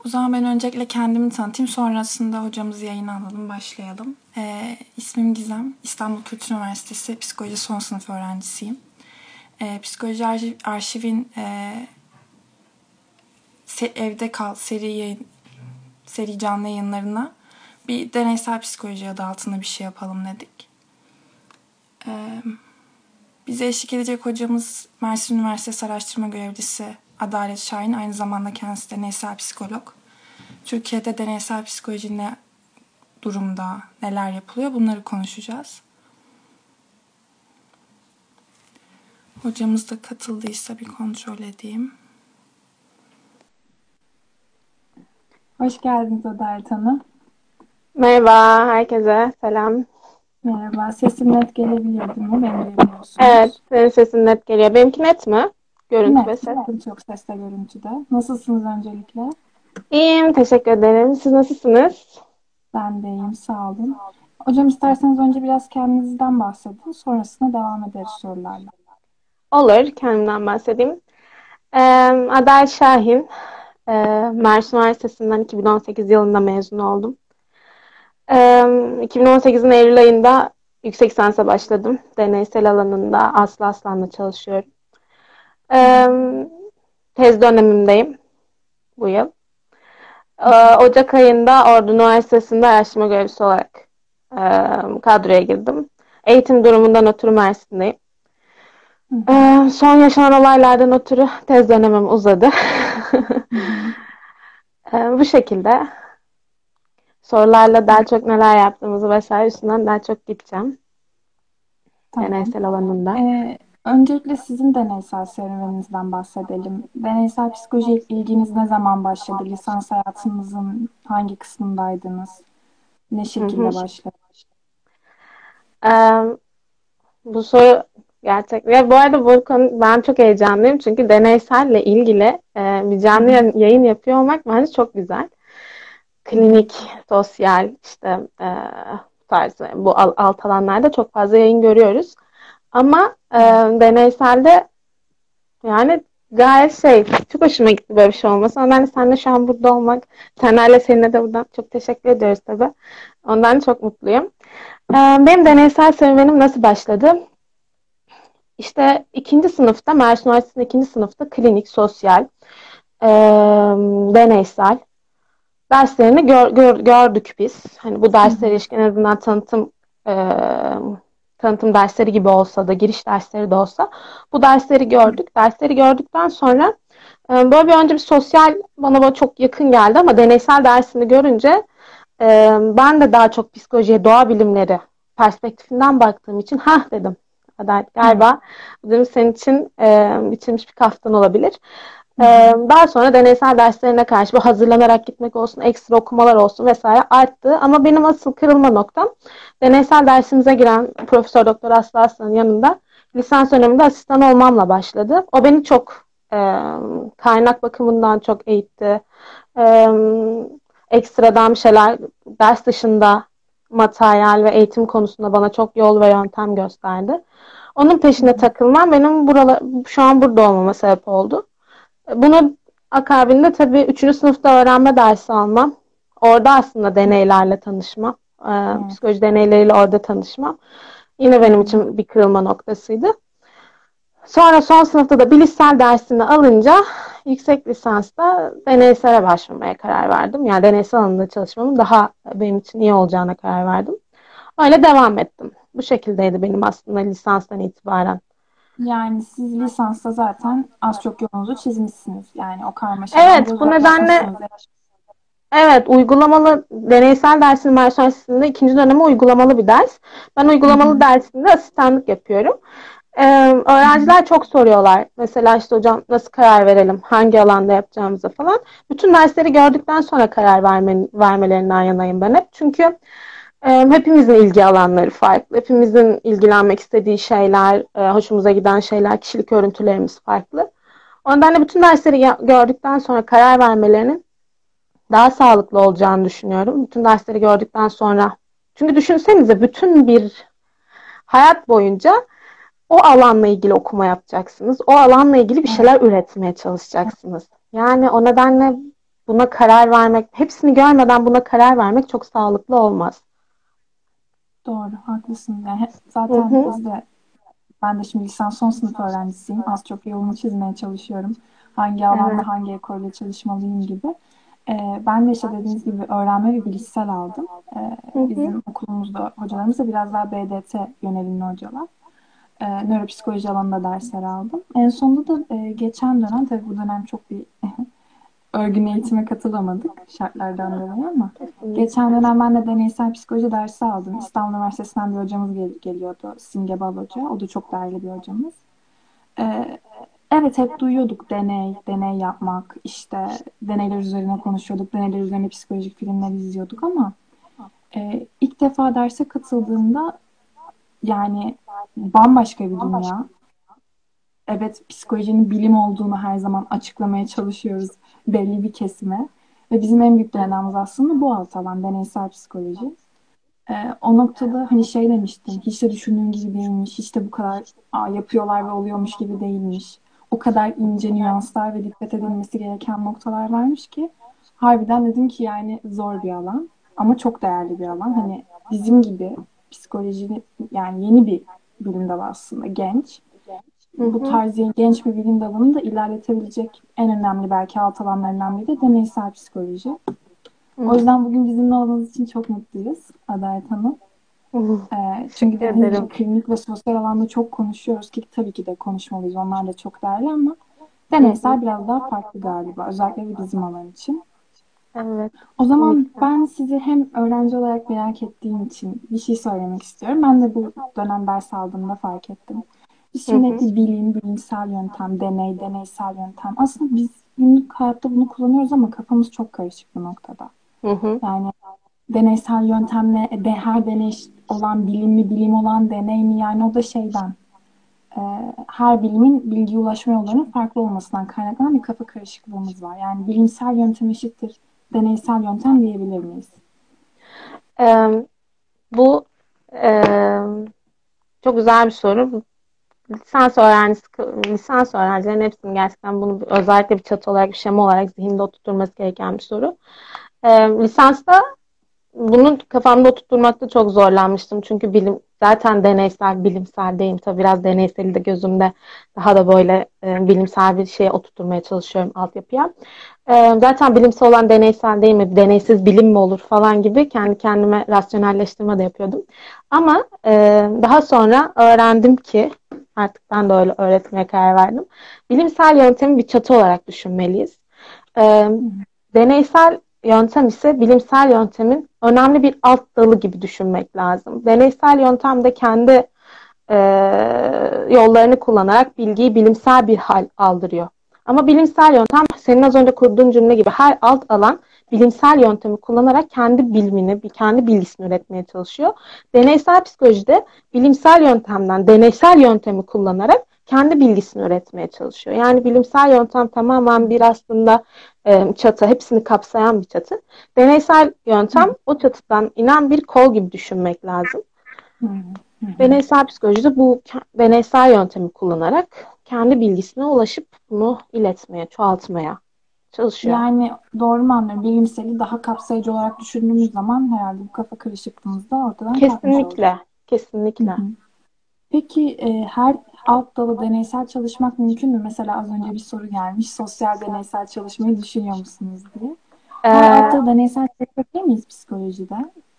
O zaman ben öncelikle kendimi tanıtayım. Sonrasında hocamızı yayına alalım, başlayalım. İsmim Gizem. İstanbul Kültür Üniversitesi Psikoloji son sınıf öğrencisiyim. Psikoloji Arşiv'in Evde Kal seri canlı yayınlarına bir deneysel psikoloji adı altında bir şey yapalım dedik. Bize eşlik edecek hocamız Mersin Üniversitesi Araştırma Görevlisi Adalet Şahin. Aynı zamanda kendisi deneysel psikolog. Türkiye'de deneysel psikoloji ne durumda, neler yapılıyor bunları konuşacağız. Hocamız da katıldıysa bir kontrol edeyim. Hoş geldiniz Adalet Hanım. Merhaba, herkese selam. Merhaba, sesim net gelebiliyor değil mi? Beni Evet, duyabiliyorsunuz. senin sesin net geliyor. Benimki net mi? Görüntü ve Net, ses. sıkıntı yok sesle görüntüde. Nasılsınız öncelikle? İyiyim, teşekkür ederim. Siz nasılsınız? Ben de iyiyim, sağ olun. Hocam isterseniz önce biraz kendinizden bahsedin. Sonrasında devam ederiz sorularla. Olur, kendimden bahsedeyim. Ee, Adel Şahin. Mersin Üniversitesi'nden 2018 yılında mezun oldum. 2018'in Eylül ayında yüksek lisansa başladım. Deneysel alanında Aslı Aslan'la çalışıyorum. Hı hı, Tez dönemimdeyim bu yıl. hı hı, Ocak ayında Ordu Üniversitesi'nde araştırma görevlisi olarak kadroya girdim. Eğitim durumundan ötürü Mersin'deyim. hı hı, Son yaşanan olaylardan ötürü tez dönemim uzadı. hı hı. Bu şekilde sorularla daha çok neler yaptığımızı vesaire üstünden daha çok gideceğim. Tamam. Deneysel alanında. Öncelikle sizin deneysel serüveninizden bahsedelim. Deneysel psikoloji ilginiz ne zaman başladı? Lisans hayatınızın hangi kısmındaydınız? Ne Hı hı. şekilde başladı? Ee, Bu soru gerçek. Ve bu arada bu konu ben çok heyecanlıyım çünkü deneyselle ilgili bir Hı canlı hı, yayın yapıyor olmak bence çok güzel. hı hı, Klinik, sosyal işte tarzı bu alt alanlarda çok fazla yayın görüyoruz. Ama evet. deneyselde yani gayet çok hoşuma gitti böyle bir şey olması. Ama ben de seninle şu an burada olmak, Taner'le seninle de buradan çok teşekkür ediyoruz tabii. Ondan çok mutluyum. Benim deneysel serüvenim nasıl başladı? İşte ikinci sınıfta, Mersin Üniversitesi'nin ikinci sınıfta klinik, sosyal, e, deneysel derslerini gördük biz. Hani bu Hı derslere hı, ilişkin en azından e, tanıtım dersleri gibi olsa da, giriş dersleri de olsa bu dersleri gördük. Dersleri gördükten sonra böyle bir önce bir sosyal bana böyle çok yakın geldi ama deneysel dersini görünce ben de daha çok psikolojiye, doğa bilimleri perspektifinden baktığım için ha dedim. Adalet evet. galiba dedim senin için biçilmiş bir kaftan olabilir. Hı hı, Daha sonra deneysel derslerine karşı bu hazırlanarak gitmek olsun, ekstra okumalar olsun vesaire arttı. Ama benim asıl kırılma noktam deneysel dersimize giren Profesör Doktor Aslı Aslan'ın yanında lisans döneminde asistan olmamla başladı. O beni çok kaynak bakımından çok eğitti. E, Ekstradan bir şeyler ders dışında materyal ve eğitim konusunda bana çok yol ve yöntem gösterdi. Onun hı peşine hı, takılmam benim şu an burada olmama sebep oldu. Bunu akabinde tabii üçüncü sınıfta öğrenme dersi almam. Orada aslında deneylerle tanışmam. evet. Psikoloji deneyleriyle orada tanışmam. Yine Hı benim hı. için bir kırılma noktasıydı. Sonra son sınıfta da bilişsel dersini alınca yüksek lisansta deneysele başvurmaya karar verdim. Yani deneysel alanında çalışmamın daha benim için iyi olacağına karar verdim. Öyle devam ettim. Bu şekildeydi benim aslında lisanstan itibaren. Yani siz lisansta zaten az çok yolunuzu çizmişsiniz. Yani o karmaşadan Evet, biraz bu nedenle uzaklaşmışsınız. evet, uygulamalı deneysel dersin versiyonunda ikinci dönemi uygulamalı bir ders. Ben Hı uygulamalı hı, dersinde asistanlık yapıyorum. hı hı, Öğrenciler çok soruyorlar. Mesela işte hocam nasıl karar verelim, hangi alanda yapacağımıza falan. Bütün dersleri gördükten sonra vermelerinden yanayım ben hep. Çünkü hepimizin ilgi alanları farklı. Hepimizin ilgilenmek istediği şeyler, hoşumuza giden şeyler, kişilik örüntülerimiz farklı. Ondan da bütün dersleri gördükten sonra karar vermelerinin daha sağlıklı olacağını düşünüyorum. Bütün dersleri gördükten sonra. Çünkü düşünsenize bütün bir hayat boyunca o alanla ilgili okuma yapacaksınız. O alanla ilgili bir evet. şeyler üretmeye çalışacaksınız. Yani o nedenle buna karar vermek, hepsini görmeden buna karar vermek çok sağlıklı olmaz. Doğru, haklısın. Yani Hı zaten hı. ben de şimdi lisans son sınıf öğrencisiyim. Az çok yolumu çizmeye çalışıyorum. Hangi alanda Evet. hangi ekolde çalışmalıyım gibi. Ben de işte dediğiniz gibi öğrenme ve bilişsel aldım. Hı hı. Bizim okulumuzda hocalarımız da biraz daha BDT yönelimli hocalar. Nöropsikoloji alanında dersler aldım. En sonunda da geçen dönem, tabii bu dönem çok bir örgün eğitime katılamadık şartlardan dolayı ama geçen Kesinlikle. dönem ben de deneysel psikoloji dersi aldım. İstanbul Üniversitesi'nden bir hocamız geliyordu. Simge Bal Hoca. O da çok değerli bir hocamız. Ee, evet, hep duyuyorduk deney yapmak, işte deneyler üzerine konuşuyorduk, deneyler üzerine psikolojik filmler izliyorduk ama ilk defa derse katıldığımda yani bambaşka bir dünya. Evet, psikolojinin bilim olduğunu her zaman açıklamaya çalışıyoruz belli bir kesime. Ve bizim en büyük dayanağımız aslında bu alt alan, deneysel psikoloji. O noktada hani şey demiştim, hiç de düşündüğüm gibi değilmiş, hiç de bu kadar yapıyorlar ve oluyormuş gibi değilmiş. O kadar ince nüanslar ve dikkat edilmesi gereken noktalar varmış ki harbiden dedim ki yani zor bir alan ama çok değerli bir alan. Hani bizim gibi psikoloji yani yeni bir bilim dalı aslında, genç. Hı Bu hı. tarz genç bir bilim dalını da ilerletebilecek en önemli belki alt alanlarından biri de deneysel psikoloji. O Hı yüzden bugün bizimle olduğunuz için çok mutluyuz Adalet Hanım. hı. Çünkü Teşekkür dediğiniz gibi ederim. klinik ve sosyal alanda çok konuşuyoruz ki tabii ki de konuşmalıyız. Onlar da çok değerli ama Hı hı. deneysel biraz daha farklı galiba. Özellikle de bizim alan için. Evet, O zaman kesinlikle. ben sizi hem öğrenci olarak merak ettiğim için bir şey söylemek istiyorum. Ben de bu dönem ders aldığımda fark ettim. Biz Hı şimdi hep hı. bir bilim, bilimsel yöntem, deney, deneysel yöntem. Aslında biz günlük hayatta bunu kullanıyoruz ama kafamız çok karışık bu noktada. Hı hı. Yani deneysel yöntemle her deney olan bilim mi, bilim olan deney mi? Yani o da şeyden, her bilimin bilgiye ulaşma yollarının farklı olmasından kaynaklanan bir kafa karışıklığımız var. Yani bilimsel yöntem eşittir deneysel yöntem diyebilir miyiz? Em, Bu em, çok güzel bir soru. Lisans öğrencisi, lisans öğrencilerin hepsinin gerçekten bunu özellikle bir çatı olarak, bir şema olarak zihinde oturtması gereken bir soru. Lisansta bunu kafamda oturtmakta çok zorlanmıştım. Çünkü bilim zaten deneysel, bilimsel değil. Tabii biraz deneyseli de gözümde daha da böyle bilimsel bir şeye oturtmaya çalışıyorum altyapıya. Zaten bilimsel olan deneysel değil mi? Deneysiz bilim mi olur falan gibi kendi kendime rasyonelleştirme de yapıyordum. Ama daha sonra öğrendim ki artık ben de öyle öğretmeye karar verdim. Bilimsel yöntemi bir çatı olarak düşünmeliyiz. E, Hı Deneysel yöntem ise bilimsel yöntemin önemli bir alt dalı gibi düşünmek lazım. Deneysel yöntem de kendi e, yollarını kullanarak bilgiyi bilimsel bir hal aldırıyor. Ama bilimsel yöntem senin az önce kurduğun cümle gibi her alt alan bilimsel yöntemi kullanarak kendi bilimini, kendi bilgisini üretmeye çalışıyor. Deneysel psikolojide bilimsel yöntemden deneysel yöntemi kullanarak kendi bilgisini üretmeye çalışıyor. Yani bilimsel yöntem tamamen bir aslında çatı, hepsini kapsayan bir çatı. Deneysel yöntem hı. o çatıdan inen bir kol gibi düşünmek lazım. Hı hı. Hı. Deneysel psikolojide bu deneysel yöntemi kullanarak kendi bilgisine ulaşıp bunu iletmeye, çoğaltmaya çalışıyor. Yani doğru mu anlıyorum? Bilimseli daha kapsayıcı olarak düşündüğümüz zaman herhalde bu kafa karışıklığımız da ortadan kalkmış olacak. Kesinlikle, Hı kesinlikle. hı. Peki her alt dalı deneysel çalışmak mümkün mü? Mesela az önce bir soru gelmiş. Sosyal deneysel çalışmayı düşünüyor musunuz diye. Her alt Ee, dalı deneysel çalışabilir miyiz psikolojide?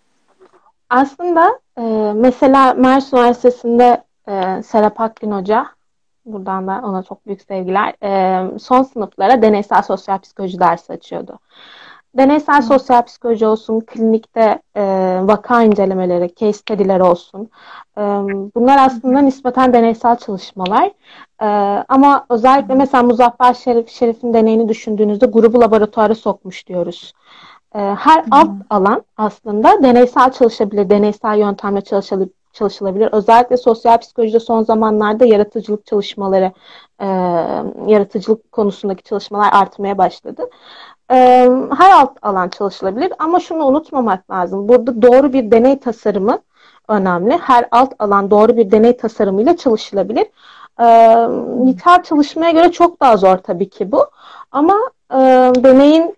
Aslında mesela Mersin Üniversitesi'nde Serap Akgün Hoca, buradan da ona çok büyük sevgiler, son sınıflara deneysel sosyal psikoloji dersi açıyordu. Deneysel Evet. sosyal psikoloji olsun, klinikte vaka incelemeleri, case study'ler olsun. E, Bunlar Hı hı. aslında nispeten deneysel çalışmalar. E, Ama özellikle Evet. mesela Muzaffer Şerif'in deneyini düşündüğünüzde grubu laboratuvara sokmuş diyoruz. Her Hı alt hı. alan aslında deneysel çalışabilir, deneysel yöntemle çalışılabilir. Özellikle sosyal psikolojide son zamanlarda yaratıcılık çalışmaları, e, yaratıcılık konusundaki çalışmalar artmaya başladı. E, Her alt alan çalışılabilir ama şunu unutmamak lazım. Burada doğru bir deney tasarımı önemli. Her alt alan doğru bir deney tasarımıyla çalışılabilir. E, Hı Nitel çalışmaya göre çok daha zor tabii ki bu. Ama deneyin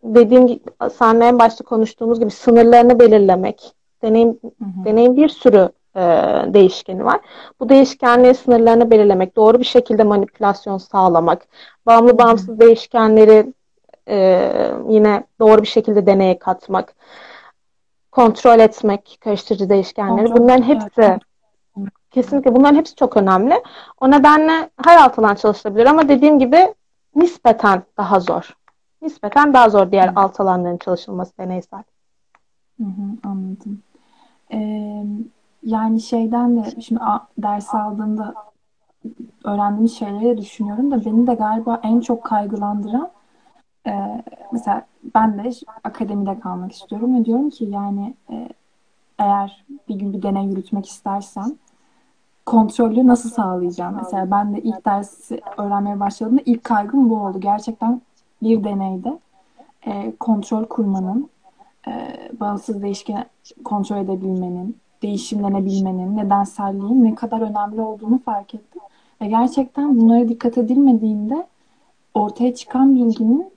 dediğim gibi, seninle en başta konuştuğumuz gibi sınırlarını belirlemek. Deneyim, Hı hı. deneyim bir sürü değişkeni var. Bu değişkenlerin sınırlarını belirlemek, doğru bir şekilde manipülasyon sağlamak, Hı bağımlı hı. bağımsız değişkenleri yine doğru bir şekilde deneye katmak, kontrol etmek, karıştırıcı değişkenleri. Kontrol, Bunların evet, hepsi kontrol etmek. kesinlikle bunların hepsi çok önemli. O nedenle her alt alan çalışılabilir ama dediğim gibi nispeten daha zor. Nispeten daha zor diğer Evet. alt alanların çalışılması deneysel. Hı hı, anladım. Ee, Yani şeyden de şimdi ders aldığımda öğrendiğim şeyleri de düşünüyorum da beni de galiba en çok kaygılandıran mesela ben de akademide kalmak istiyorum ve diyorum ki yani eğer bir gün bir deney yürütmek istersem kontrolü nasıl sağlayacağım? Mesela ben de ilk dersi öğrenmeye başladığımda ilk kaygım bu oldu. Gerçekten bir deneyde kontrol kurmanın, bağımsız değişken kontrol edebilmenin, değişimlenebilmenin, nedenselliğin ne kadar önemli olduğunu fark ettim. Ve gerçekten bunlara dikkat edilmediğinde ortaya çıkan bilginin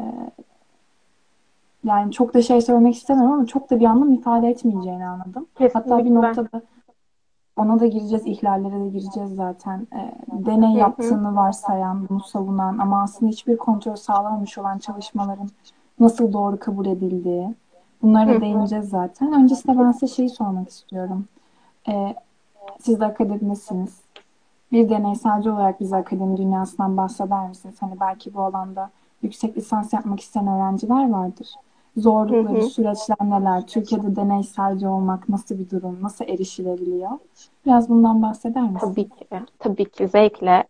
yani çok da şey söylemek istemiyorum ama çok da bir anlam ifade etmeyeceğini anladım. Hatta bir Kesinlikle. noktada ona da gireceğiz, ihlallere de gireceğiz zaten. Deney Hı hı. yaptığını varsayan, bunu savunan ama aslında hiçbir kontrol sağlamamış olan çalışmaların nasıl doğru kabul edildiği, bunlara Hı da hı. değineceğiz zaten. Öncesinde ben size şeyi sormak istiyorum. Ee, Siz de akademisiniz. Bir deneyselci olarak bize akademi dünyasından bahseder misiniz? Hani belki bu alanda yüksek lisans yapmak isteyen öğrenciler vardır. Hı Zorlukları, hı. süreçler neler? Türkiye'de deneyselci olmak nasıl bir durum? Nasıl erişilebiliyor? Biraz bundan bahseder misin? Tabii ki. Tabii ki zevkle.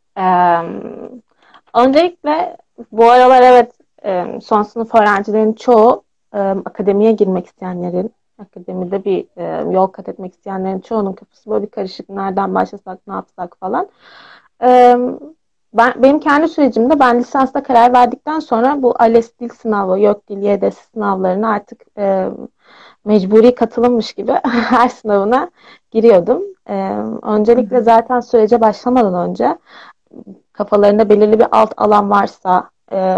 Öncelikle bu aralar evet, son sınıf öğrencilerin çoğu akademiye girmek isteyenlerin, akademide bir yol kat etmek isteyenlerin çoğunun kafası böyle bir karışık. Nereden başlasak, ne yapsak falan. E, benim kendi sürecimde ben lisansta karar verdikten sonra bu ALES dil sınavı, YÖK dil, YDS sınavlarına artık mecburi katılımmış gibi her sınavına giriyordum. Hı Öncelikle hı. zaten sürece başlamadan önce kafalarında belirli bir alt alan varsa,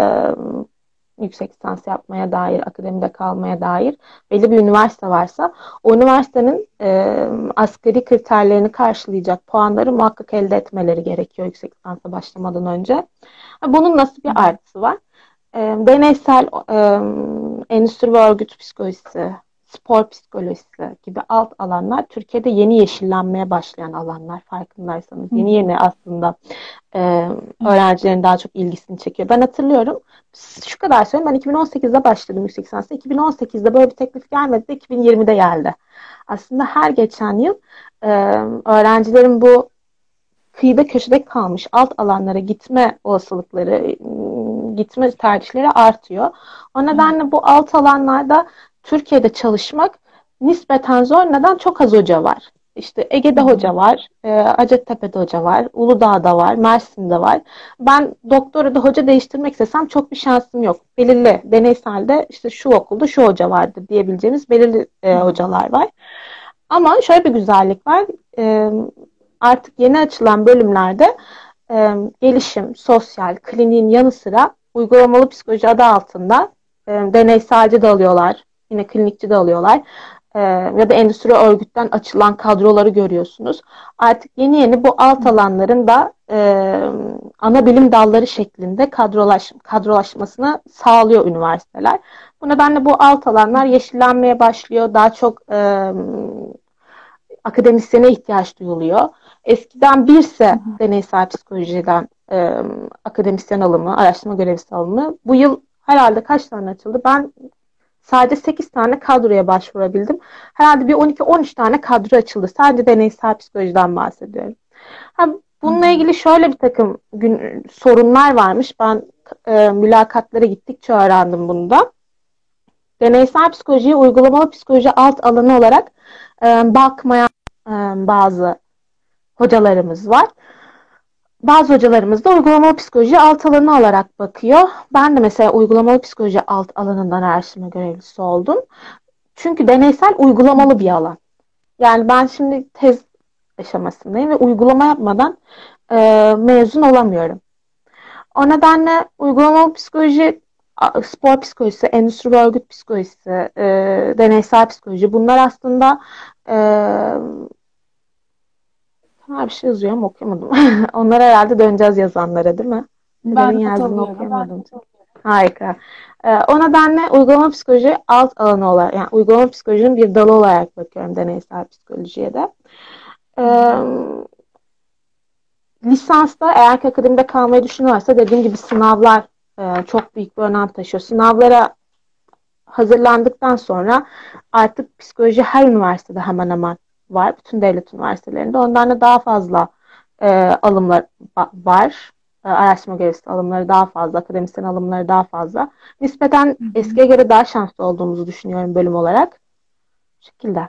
yüksek lisans yapmaya dair, akademide kalmaya dair belli bir üniversite varsa o üniversitenin asgari kriterlerini karşılayacak puanları muhakkak elde etmeleri gerekiyor yüksek lisansa başlamadan önce. Bunun nasıl Hı bir artısı var? Deneysel endüstri ve örgüt psikolojisi, spor psikolojisi gibi alt alanlar Türkiye'de yeni yeşillenmeye başlayan alanlar, farkındaysanız. hı. Yeni Hı. yeni aslında Evet. öğrencilerin daha çok ilgisini çekiyor. Ben hatırlıyorum, şu kadar söyleyeyim, ben 2018'de başladım yüksek lisansa. 2018'de böyle bir teklif gelmedi de 2020'de geldi. Aslında her geçen yıl e, öğrencilerin bu kıyıda köşede kalmış alt alanlara gitme olasılıkları, gitme tercihleri artıyor. O Evet. nedenle bu alt alanlarda Türkiye'de çalışmak nispeten zor. Neden? Çok az hoca var. İşte Hı Ege'de hı. hoca var, Hacettepe'de hoca var, Uludağ'da var, Mersin'de var. Ben doktorada hoca değiştirmek istesem çok bir şansım yok. Belirli, deneyselde işte şu okulda şu hoca vardır diyebileceğimiz belirli Hı hı. hocalar var. Ama şöyle bir güzellik var. E, Artık yeni açılan bölümlerde gelişim, sosyal, kliniğin yanı sıra uygulamalı psikoloji adı altında deneyselci de alıyorlar. Yine klinikçi de alıyorlar. Ya da endüstri örgütten açılan kadroları görüyorsunuz. Artık yeni yeni bu Hı alt hı. alanların da ana bilim dalları şeklinde kadrolaşmasını sağlıyor üniversiteler. Bu nedenle bu alt alanlar yeşillenmeye başlıyor. Daha çok akademisyene ihtiyaç duyuluyor. Eskiden Hı birse hı. deneysel psikolojiden akademisyen alımı, araştırma görevlisi alımı. Bu yıl herhalde kaç tane açıldı? Ben sadece 8 tane kadroya başvurabildim. Herhalde bir 12-13 tane kadro açıldı. Sadece deneysel psikolojiden bahsediyorum. Ha, Hı bununla hı. ilgili şöyle bir takım sorunlar varmış. Ben mülakatlara gittikçe öğrendim bunu da. Deneysel psikolojiyi uygulamalı psikoloji alt alanı olarak bakmayan bazı hocalarımız var. Bazı hocalarımız da uygulamalı psikoloji alt alanı olarak bakıyor. Ben de mesela uygulamalı psikoloji alt alanından araştırma görevlisi oldum. Çünkü deneysel Hı uygulamalı bir alan. Yani ben şimdi tez aşamasındayım ve uygulama yapmadan mezun olamıyorum. O nedenle uygulamalı psikoloji spor psikolojisi, endüstri ve örgüt psikolojisi, deneysel psikoloji, bunlar aslında bir şey yazıyor ama okuyamadım. Onlar herhalde döneceğiz yazanlara, değil mi? Senin Ben not yazdığını alıyorum. okuyamadım. Harika. O nedenle uygulama psikoloji alt alanı olarak, yani uygulama psikolojinin bir dalı olarak bakıyorum deneysel psikolojiye de. Hı hı. Lisansta eğer ki akademide kalmayı düşünüyorsa, dediğim gibi sınavlar çok büyük bir önem taşıyor. Sınavlara hazırlandıktan sonra artık psikoloji her üniversitede hemen hemen var. Bütün devlet üniversitelerinde. Ondan da daha fazla alımlar var. Araştırma görevlisi alımları daha fazla, akademisyen alımları daha fazla. Nispeten Hı hı. eskiye göre daha şanslı olduğumuzu düşünüyorum bölüm olarak. Bu şekilde.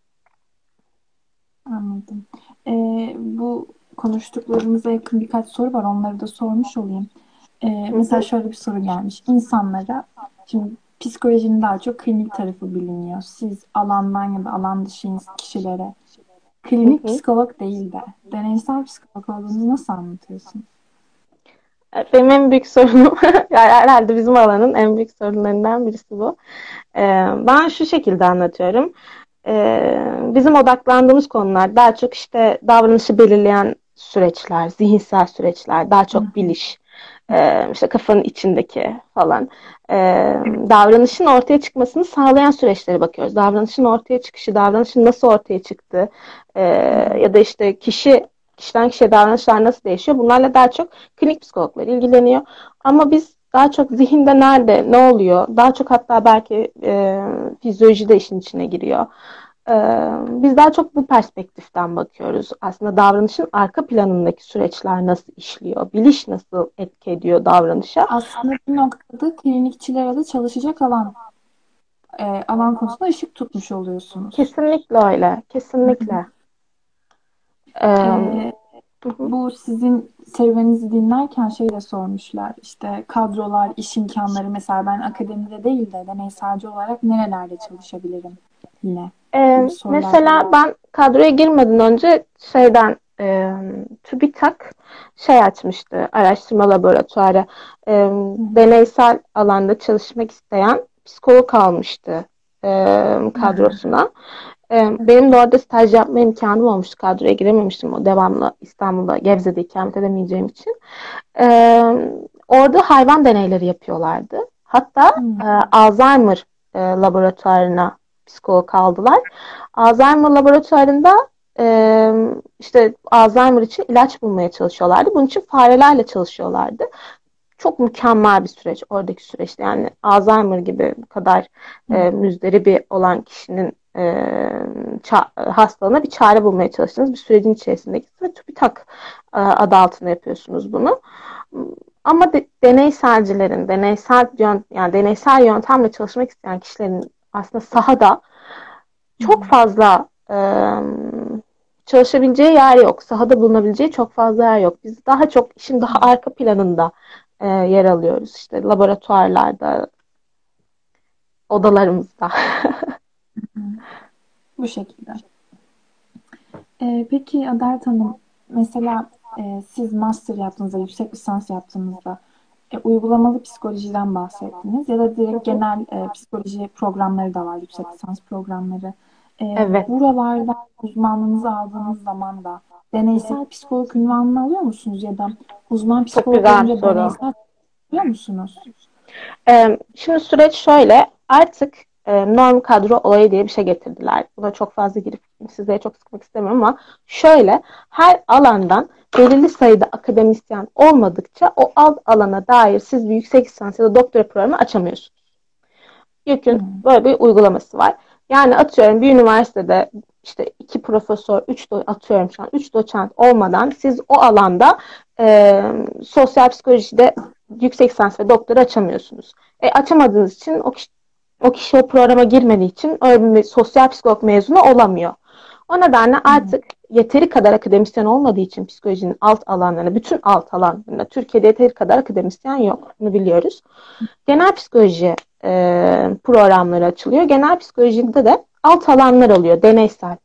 Anladım. Bu konuştuklarımıza yakın birkaç soru var. Onları da sormuş olayım. Hı Mesela hı, şöyle bir soru gelmiş. İnsanlara, şimdi psikolojinin daha çok klinik tarafı biliniyor. Siz alandan ya da alan dışı kişilere hı klinik hı. psikolog değil de deneysel psikolog olduğunu nasıl anlatıyorsun? Benim en büyük sorunum, yani herhalde bizim alanın en büyük sorunlarından birisi bu. Ben şu şekilde anlatıyorum. Bizim odaklandığımız konular daha çok işte davranışı belirleyen süreçler, zihinsel süreçler, daha Hı çok hı. biliş, işte kafanın içindeki falan. Davranışın ortaya çıkmasını sağlayan süreçlere bakıyoruz. Davranışın ortaya çıkışı, davranışın nasıl ortaya çıktığı, Hı hı. ya da işte kişiden kişiye davranışlar nasıl değişiyor? Bunlarla daha çok klinik psikologlar ilgileniyor. Ama biz daha çok zihinde nerede, ne oluyor? Daha çok hatta belki fizyoloji de işin içine giriyor. Biz daha çok bu perspektiften bakıyoruz. Aslında davranışın arka planındaki süreçler nasıl işliyor? Biliş nasıl etki ediyor davranışa? Aslında bir noktada klinikçilere de çalışacak alan konusunda ışık tutmuş oluyorsunuz. Kesinlikle öyle. Hı hı. Kesinlikle. Hı Ee, hı. Bu sizin serüveninizi dinlerken şey de sormuşlar. İşte kadrolar, iş imkanları, mesela ben akademide değil de deneyselci olarak nerelerde çalışabilirim yine gibi sorular. Mesela ben kadroya girmeden önce TÜBİTAK açmıştı, araştırma laboratuvarı. E, Hı hı. Deneysel alanda çalışmak isteyen psikolog almıştı Hı hı. kadrosuna. Benim de orada staj yapma imkanım olmuştu. Kadroya girememiştim, o devamlı İstanbul'da, Gebze'de ikamet edemeyeceğim için. Orada hayvan deneyleri yapıyorlardı. Hatta Hı Alzheimer laboratuvarına psikolog aldılar. Alzheimer laboratuvarında işte Alzheimer için ilaç bulmaya çalışıyorlardı. Bunun için farelerle çalışıyorlardı. Çok mükemmel bir süreç oradaki süreçte. Yani Alzheimer gibi bu kadar hı. müzdaribi olan kişinin hastalığına bir çare bulmaya çalıştığınız bir sürecin içerisindeki ve TÜBİTAK adı altında yapıyorsunuz bunu. Ama deneyselcilerin, yani deneysel yöntemle çalışmak isteyen kişilerin aslında sahada Hı çok hı. fazla çalışabileceği yer yok. Sahada bulunabileceği çok fazla yer yok. Biz daha çok işin daha Evet. arka planında yer alıyoruz. İşte laboratuvarlarda, odalarımızda. Hı. Bu şekilde. Peki Adalet Hanım, mesela siz master yaptığınızda, yüksek lisans yaptığınızda uygulamalı psikolojiden bahsettiniz ya da Hı direkt hı. genel psikoloji programları da var, yüksek lisans programları. Evet. Buralarda uzmanlığınızı aldığınız zaman da deneysel psikolog unvanını alıyor musunuz ya da uzman Çok psikolog güzel bir olunca soru. deneysel alıyor musunuz? Şimdi süreç şöyle. Artık norm kadro olayı diye bir şey getirdiler. Buna çok fazla girip sizlere çok sıkmak istemiyorum ama şöyle, her alandan belirli sayıda akademisyen olmadıkça o alt alana dair siz bir yüksek lisans ya da doktora programı açamıyorsunuz. YÖK'ün Hmm. böyle bir uygulaması var. Yani atıyorum bir üniversitede işte 2 profesör, atıyorum şu an 3 doçent olmadan siz o alanda sosyal psikolojide yüksek lisans ve doktora açamıyorsunuz. Açamadığınız için o kişi o programa girmediği için öyle bir sosyal psikolog mezunu olamıyor. O nedenle Hmm. artık yeteri kadar akademisyen olmadığı için psikolojinin alt alanlarında, bütün alt alanlarında Türkiye'de yeteri kadar akademisyen yok. Bunu biliyoruz. Genel psikoloji programları açılıyor. Genel psikolojide de alt alanlar oluyor, deneysel.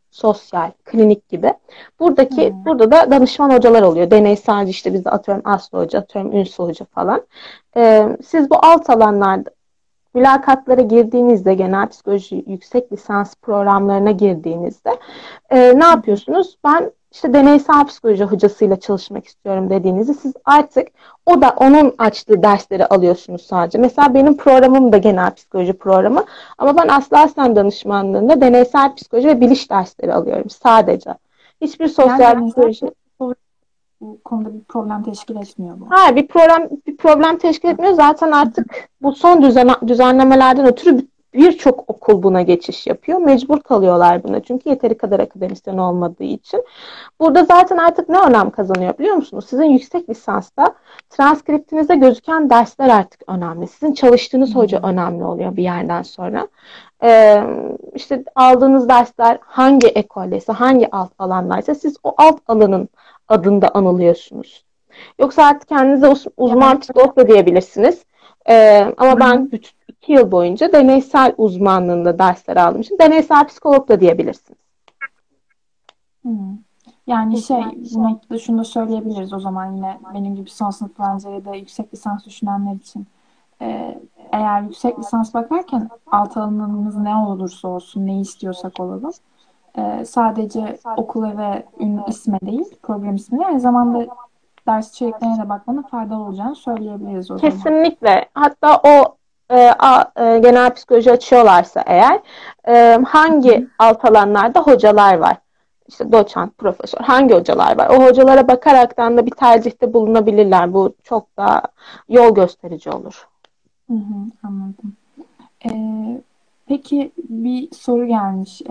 sosyal, klinik gibi. Hı hı. Burada da danışman hocalar oluyor. Deneyselci işte bizde atıyorum Aslı Hoca, atıyorum Ünsü Hoca falan. Siz bu alt alanlarda mülakatlara girdiğinizde, genel psikoloji yüksek lisans programlarına girdiğinizde ne Hı hı. yapıyorsunuz? Ben işte deneysel psikoloji hocasıyla çalışmak istiyorum dediğinizde siz artık o da onun açtığı dersleri alıyorsunuz sadece. Mesela benim programım da genel psikoloji programı ama ben Aslı Aslan danışmanlığında deneysel psikoloji ve biliş dersleri alıyorum sadece. Hiçbir Yani sosyal deneysel psikoloji. bu konuda bir problem teşkil etmiyor bu. Hayır, bir problem teşkil etmiyor. Zaten artık bu son düzenlemelerden ötürü birçok okul buna geçiş yapıyor. Mecbur kalıyorlar buna. Çünkü yeteri kadar akademisyen olmadığı için. Burada zaten artık ne önem kazanıyor biliyor musunuz? Sizin yüksek lisansta transkriptinizde gözüken dersler artık önemli. Sizin çalıştığınız hoca Hmm. önemli oluyor bir yerden sonra. İşte aldığınız dersler hangi ekoldeyse, hangi alt alandaysa siz o alt alanın adında anılıyorsunuz. Yoksa artık kendinize Yani uzman psikolog da diyebilirsiniz. hı Ama hı. ben bütün 2 yıl boyunca deneysel uzmanlığında dersler aldığım için deneysel psikolog da diyebilirsiniz. Hmm. Yani bu noktada şunu da söyleyebiliriz o zaman yine benim gibi son sınıf öğrencileri ya da yüksek lisans düşünenler için. Eğer yüksek lisans bakarken alt alanımız ne olursa olsun, ne istiyorsak olalım. Sadece okula ve isme değil, program ismine aynı zamanda ders içeriklerine de bakmanın faydalı olacağını söyleyebiliriz o zaman. Kesinlikle. Hatta o genel psikoloji açıyorlarsa eğer hangi alt alanlarda hocalar var? İşte doçent, profesör, hangi hocalar var? O hocalara bakaraktan da bir tercihte bulunabilirler. Bu çok daha yol gösterici olur. Hı hı, anladım. Ee, peki bir soru gelmiş.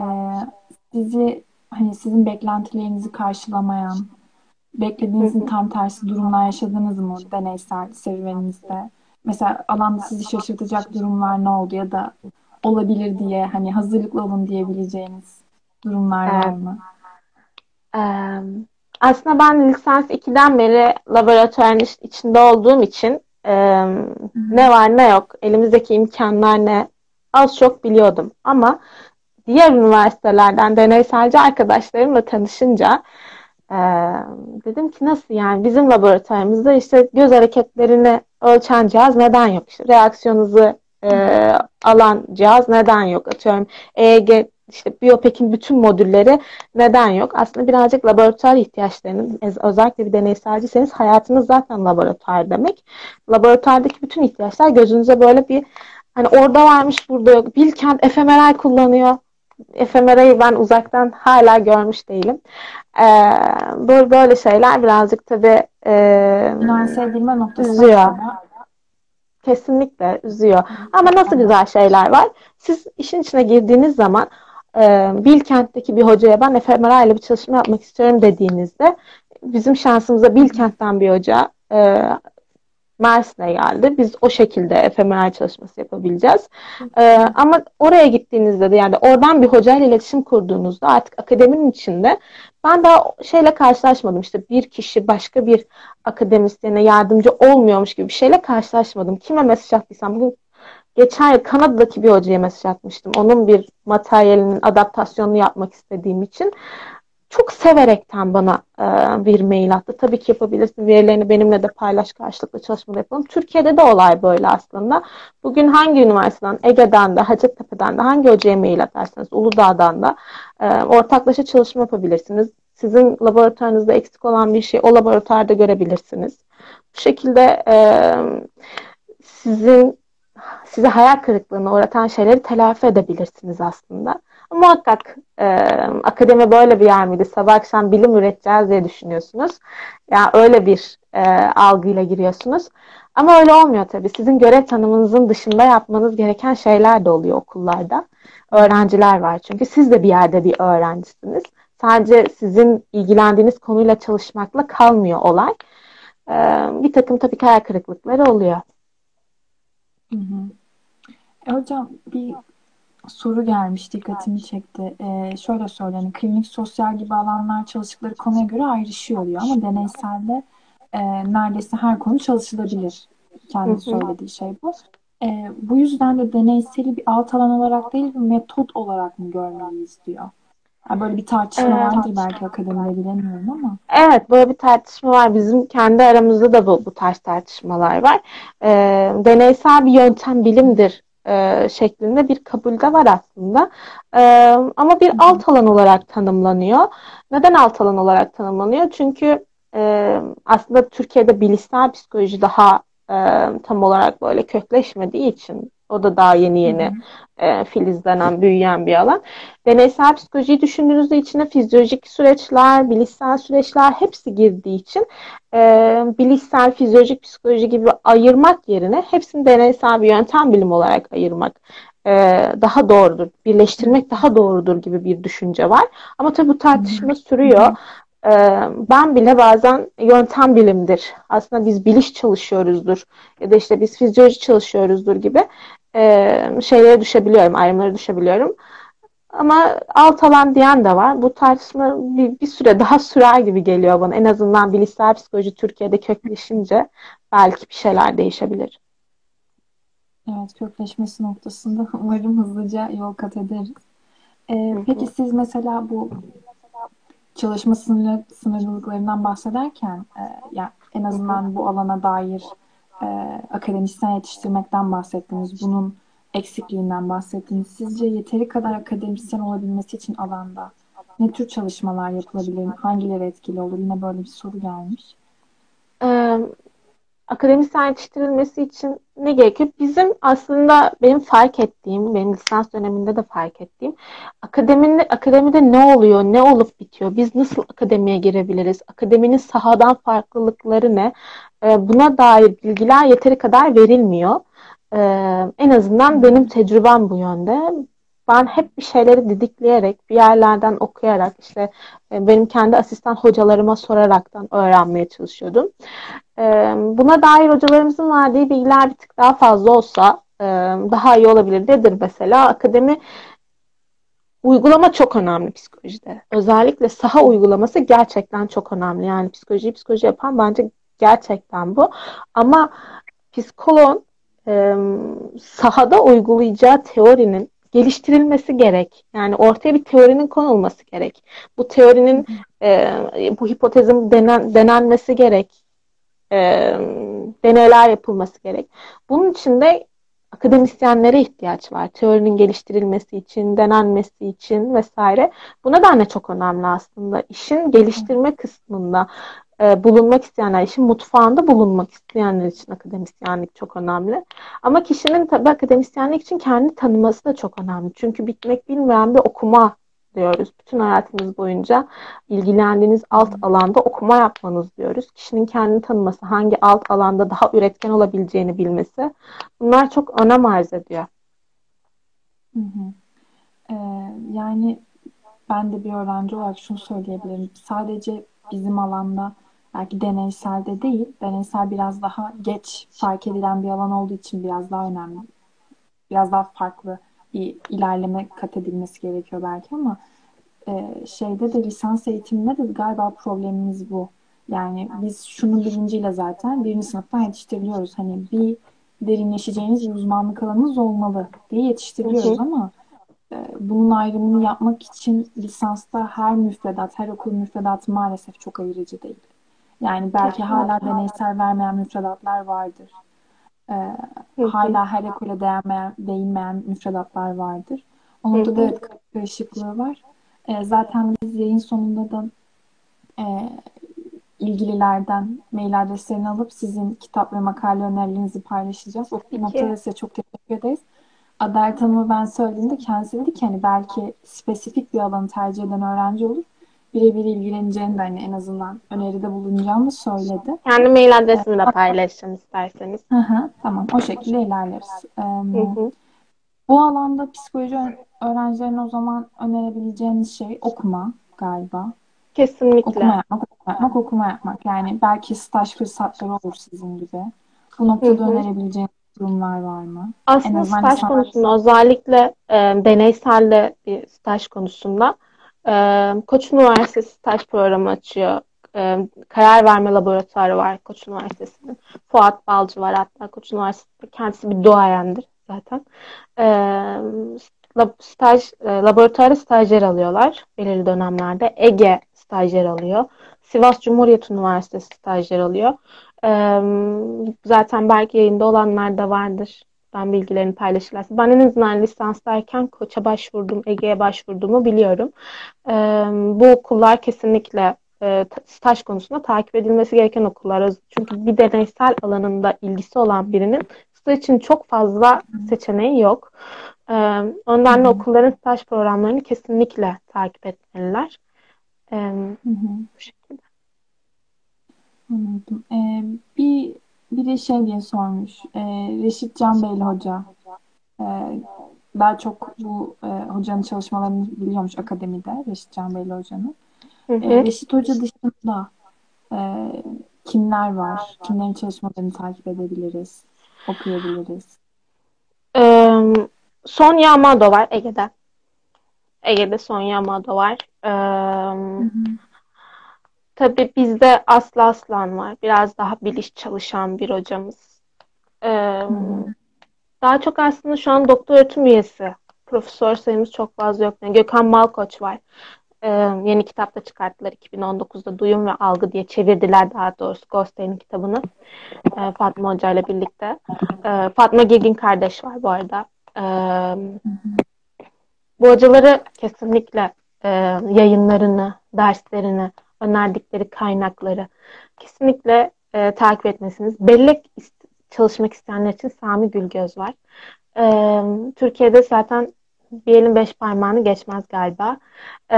Sizin beklentilerinizi karşılamayan, Hı beklediğinizin hı. tam tersi durumlar yaşadınız mı deneysel serüveninizde? Mesela alanda sizi şaşırtacak durumlar ne oldu ya da olabilir diye hani hazırlıklı olun diyebileceğiniz durumlar var Evet. mı? Ee, Aslında ben lisans 2'den beri laboratuvarın içinde olduğum için Hı ne hı. var ne yok, elimizdeki imkanlar ne az çok biliyordum. Ama diğer üniversitelerden deneyselci arkadaşlarımla tanışınca e, dedim ki nasıl yani bizim laboratuvarımızda işte göz hareketlerini ölçen cihaz neden yok? İşte reaksiyon hızı alan cihaz neden yok? Atıyorum EEG işte Biyopek'in bütün modülleri neden yok? Aslında birazcık laboratuvar ihtiyaçlarının özellikle bir deneyselciyseniz hayatınız zaten laboratuvar demek. Laboratuvardaki bütün ihtiyaçlar gözünüze böyle bir hani orada varmış burada yok. Bilkent fMRI kullanıyor. fMRI'yi ben uzaktan hala görmüş değilim. Ee, böyle şeyler birazcık tabii Üniversite edilme noktasında üzüyor. mesela Kesinlikle üzüyor. bir Ama nasıl problem var. güzel şeyler var. Siz işin içine girdiğiniz zaman Bilkent'teki bir hocaya ben fMRI ile bir çalışma yapmak istiyorum dediğinizde bizim şansımıza Hı hı. Bilkent'ten bir hoca Mersin'e geldi. Biz o şekilde fMRI çalışması yapabileceğiz. Ama oraya gittiğinizde de yani oradan bir hocayla iletişim kurduğunuzda artık akademinin içinde ben daha şeyle karşılaşmadım. İşte bir kişi başka bir akademisyene yardımcı olmuyormuş gibi bir şeyle karşılaşmadım. Kime mesaj attıysam bugün geçen yıl Kanada'daki bir hocaya mesaj atmıştım. Onun bir materyalinin adaptasyonunu yapmak istediğim için çok severekten bana bir mail attı. Tabii ki yapabilirsin. Verilerini benimle de paylaş karşılıklı çalışmalar yapalım. Türkiye'de de olay böyle aslında. Bugün hangi üniversiteden, Ege'den de, Hacettepe'den de hangi hocaya mail atarsanız, Uludağ'dan da ortaklaşa çalışma yapabilirsiniz. Sizin laboratuvarınızda eksik olan bir şey o laboratuvarda görebilirsiniz. Bu şekilde sizin size hayal kırıklığına uğratan şeyleri telafi edebilirsiniz aslında. Muhakkak akademi böyle bir yer miydi? Sabah akşam bilim üreteceğiz diye düşünüyorsunuz. Yani öyle bir algıyla giriyorsunuz. Ama öyle olmuyor tabii. Sizin görev tanımınızın dışında yapmanız gereken şeyler de oluyor okullarda. Hı hı. Öğrenciler var çünkü siz de bir yerde bir öğrencisiniz. Sadece sizin ilgilendiğiniz konuyla çalışmakla kalmıyor olay. E, Bir takım tabii ki hayal kırıklıkları oluyor. Hı hı. Hocam bir soru gelmiş dikkatimi çekti. Şöyle söyleyeyim, hani klinik sosyal gibi alanlar çalıştıkları konuya göre ayrışıyor diyor ama deneyselde neredeyse her konu çalışılabilir. Hı Kendi hı. söylediği şey bu. Bu yüzden de deneyseli bir alt alan olarak değil bir metot olarak mı görmeliyiz diyor. Ha, böyle bir tartışma Ee, vardır belki akademide, bilemiyorum ama. Evet, böyle bir tartışma var. Bizim kendi aramızda da bu tarz tartışmalar var. Deneysel bir yöntem bilimdir şeklinde bir kabul de var aslında. Ama bir Hı hı. alt alan olarak tanımlanıyor. Neden alt alan olarak tanımlanıyor? Çünkü aslında Türkiye'de bilişsel psikoloji daha tam olarak böyle kökleşmediği için o da daha yeni Hı yeni hı. filizlenen, büyüyen bir alan. Deneysel psikolojiyi düşündüğünüzde içine fizyolojik süreçler, bilişsel süreçler hepsi girdiği için bilişsel, fizyolojik psikoloji gibi ayırmak yerine hepsini deneysel bir yöntem bilimi olarak ayırmak e, daha doğrudur. Birleştirmek daha doğrudur gibi bir düşünce var. Ama tabii bu Hı hı. tartışma sürüyor. E, Ben bile bazen yöntem bilimdir. Aslında biz biliş çalışıyoruzdur. Ya da işte biz fizyoloji çalışıyoruzdur gibi şeylere düşebiliyorum, ayrımlara düşebiliyorum. Ama alt alan diyen de var. Bu tartışma bir süre daha sürer gibi geliyor bana. En azından bilişsel psikoloji Türkiye'de kökleşince belki bir şeyler değişebilir. Evet, kökleşmesi noktasında umarım hızlıca yol kat ederiz. Hı Peki hı. siz mesela bu çalışma sınırlılıklarından bahsederken, ya en Hı hı. azından bu alana dair e, akademisyen yetiştirmekten bahsettiniz. Bunun eksikliğinden bahsettiniz. Sizce yeteri kadar akademisyen olabilmesi için alanda ne tür çalışmalar yapılabilir? Hangileri etkili olur? Yine böyle bir soru gelmiş. Ee, Akademisyen yetiştirilmesi için ne gerekiyor? Bizim aslında benim fark ettiğim, benim lisans döneminde de fark ettiğim, akademide ne oluyor, ne olup bitiyor, biz nasıl akademiye girebiliriz, akademinin sahadan farklılıkları ne, buna dair bilgiler yeteri kadar verilmiyor. En Hı azından benim hı. tecrübem bu yönde. Ben hep bir şeyleri didikleyerek, bir yerlerden okuyarak, işte benim kendi asistan hocalarıma soraraktan öğrenmeye çalışıyordum. Buna dair hocalarımızın verdiği bilgiler bir tık daha fazla olsa daha iyi olabilir. Nedir mesela? Akademi uygulama çok önemli psikolojide. Özellikle saha uygulaması gerçekten çok önemli. Yani psikoloji yapan bence gerçekten bu. Ama psikoloğun sahada uygulayacağı teorinin geliştirilmesi gerek. Yani ortaya bir teorinin konulması gerek. Bu Hı teorinin hı. bu hipotezin denenmesi gerek, e, deneyler yapılması gerek. Bunun için de akademisyenlere ihtiyaç var. Teorinin geliştirilmesi için, denenmesi için vesaire. Bu nedenle çok önemli aslında. İşin geliştirme kısmında bulunmak isteyenler, işin mutfağında bulunmak isteyenler için akademisyenlik çok önemli. Ama kişinin tabii akademisyenlik için kendi tanıması da çok önemli. Çünkü bitmek bilmeyen bir okuma diyoruz. Bütün hayatınız boyunca ilgilendiğiniz Hı alt alanda okuma yapmanız diyoruz. Kişinin kendini tanıması, hangi alt alanda daha üretken olabileceğini bilmesi, bunlar çok önem arz ediyor. hı. Hı. Ee, Yani ben de bir öğrenci olarak şunu söyleyebilirim. Sadece bizim alanda belki deneyselde değil, deneysel biraz daha geç fark edilen bir alan olduğu için biraz daha önemli. Biraz daha farklı bir ilerleme kat edilmesi gerekiyor belki ama şeyde de lisans eğitiminde de galiba problemimiz bu. Yani biz şunun bilinciyle zaten birinci sınıftan yetiştiriliyoruz. Hani bir derinleşeceğiniz bir uzmanlık alanınız olmalı diye Hı yetiştiriliyoruz hı, ama bunun ayrımını yapmak için lisansta her müfredat, her okul müfredatı maalesef çok ayırıcı değil. Yani belki hala kesinlikle. deneysel vermeyen müfredatlar vardır. E, Hı hı, Hala her ekole değinmeyen müfredatlar vardır. O hı noktada hı. evet, karışıklığı var. Zaten biz yayın sonunda da e, ilgililerden mail adreslerini alıp sizin kitap ve makale önerilerinizi paylaşacağız. Bu Tabii noktada ki. size çok teşekkür ederiz. Adalet Hanım'a ben söylediğimde kendisi dedi ki hani belki spesifik bir alanı tercih eden öğrenci olur. Birebir ilgileneceğini de hani en azından öneride bulunacağını söyledi. Kendi mail adresimi de paylaşacağım isterseniz. Hı hı, tamam, o şekilde ilerleriz. Hı hı. Bu alanda psikoloji öğrencilerine o zaman önerebileceğiniz şey okuma galiba. Okuma Kesinlikle. yapmak, okuma yapmak, okuma yapmak. Yani belki staj fırsatları olur sizin gibi. Bu Hı noktada hı. önerebileceğiniz durumlar var mı? En Aslında azından staj lisans. konusunda özellikle deneyselde bir staj konusunda Koç Üniversitesi staj programı açıyor. Karar verme laboratuvarı var Koç Üniversitesi'nin. Fuat Balcı var hatta Koç Üniversitesi kendisi bir duayendir zaten. E, laboratuvarda stajyer alıyorlar belirli dönemlerde. Ege stajyer alıyor. Sivas Cumhuriyet Üniversitesi stajyer alıyor. Zaten belki yayında olanlar da vardır. Ben bilgilerini paylaşırlarsa. Ben en azından lisanstayken Koç'a başvurdum, Ege'ye başvurduğumu biliyorum. Bu okullar kesinlikle staj konusunda takip edilmesi gereken okullar. Çünkü bir deneysel alanında ilgisi olan birinin staj için çok fazla seçeneği yok. Hı Ondan da hı. okulların staj programlarını kesinlikle takip etmeliler. Hı hı. Bu şekilde. Anladım. Bir biri şey diye sormuş. Reşit Can Beyli Hoca. Ee, Daha çok bu hocanın çalışmalarını biliyormuş akademide. Reşit Can Beyli Hoca'nın. Hı hı. Reşit Hoca dışında e, kimler var? Kimlerin çalışmalarını takip edebiliriz? Okuyabiliriz? Ee, Sonya Amado var Ege'de. Ege'de Sonya Amado var. Hı hı. Tabii bizde Aslı Aslan var. Biraz daha bilinç çalışan bir hocamız. Ee, Hı hı. Daha çok aslında şu an doktor öğretim üyesi. Profesör sayımız çok fazla yok. Yani Gökhan Malkoç var. Yeni kitapta çıkarttılar 2019'da Duyum ve Algı diye çevirdiler daha doğrusu Gostein'in kitabını Fatma Hoca ile birlikte. Fatma Girgin kardeş var bu arada. Hı hı. Bu hocaları kesinlikle yayınlarını, derslerini, önerdikleri kaynakları kesinlikle takip etmesiniz. Bellek çalışmak isteyenler için Sami Gülgöz var. Türkiye'de zaten bir elin beş parmağını geçmez galiba. E,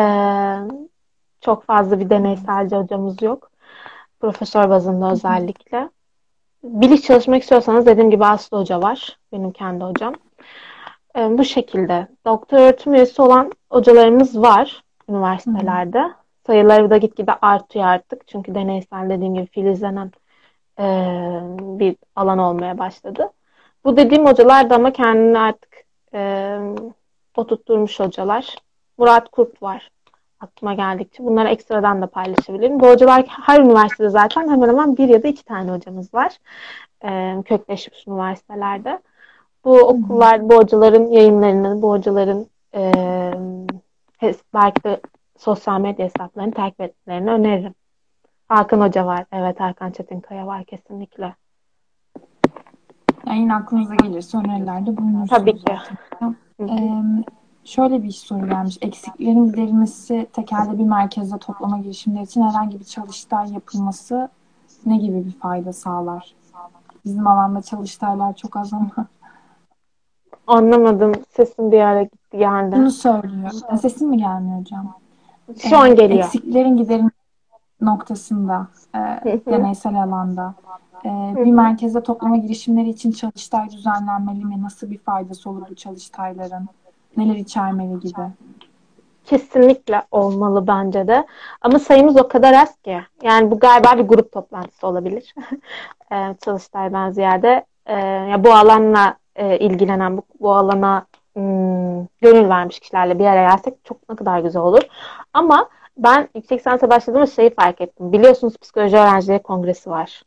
Çok fazla bir deneyselci hocamız yok. Profesör bazında özellikle. Bilinç çalışmak istiyorsanız dediğim gibi Aslı Hoca var. Benim kendi hocam. Bu şekilde. Doktor öğretim üyesi olan hocalarımız var Hı hı. üniversitelerde. Sayıları da gitgide artıyor artık. Çünkü deneysel dediğim gibi filizlenen e, bir alan olmaya başladı. Bu dediğim hocalar da ama kendini artık e, oturtturmuş hocalar. Murat Kurt var aklıma geldikçe. Bunları ekstradan da paylaşabilirim. Bu hocalar her üniversitede zaten hemen hemen bir ya da iki tane hocamız var. Kökleşmiş üniversitelerde. Bu Hı hı. okullar, bu hocaların yayınlarını, bu hocaların belki de sosyal medya hesaplarını takip etmelerini öneririm. Hakan Hoca var. Evet, Hakan Çetinkaya var kesinlikle. Yani yine aklınıza gelirse önerilerde Tabii bulunursunuz ki. zaten. Hı hı. Ee, Şöyle bir soru gelmiş. Eksiklerin giderilmesi tekelde bir merkezde toplama girişimleri için herhangi bir çalıştay yapılması ne gibi bir fayda sağlar? Bizim alanda çalıştaylar çok az ama Anlamadım. Sesim bir ara gitti geldi. şunu söylüyor. Sesim mi gelmiyor hocam? Şu an geliyor. Eksiklerin giderilmesi noktasında Hı hı. deneysel alanda Hı bir hı. merkeze toplama girişimleri için çalıştay düzenlenmeli mi? Nasıl bir faydası olur bu çalıştayların? Neler içermeli gibi? Kesinlikle olmalı bence de. Ama sayımız o kadar az ki. Yani bu galiba bir grup toplantısı olabilir. Çalıştaydan ziyade. Ya bu alanla ilgilenen, bu alana gönül vermiş kişilerle bir araya gelsek çok ne kadar güzel olur. Ama ben yüksek lisansa başladığımda şeyi fark ettim. Biliyorsunuz Psikoloji Öğrencileri Kongresi var.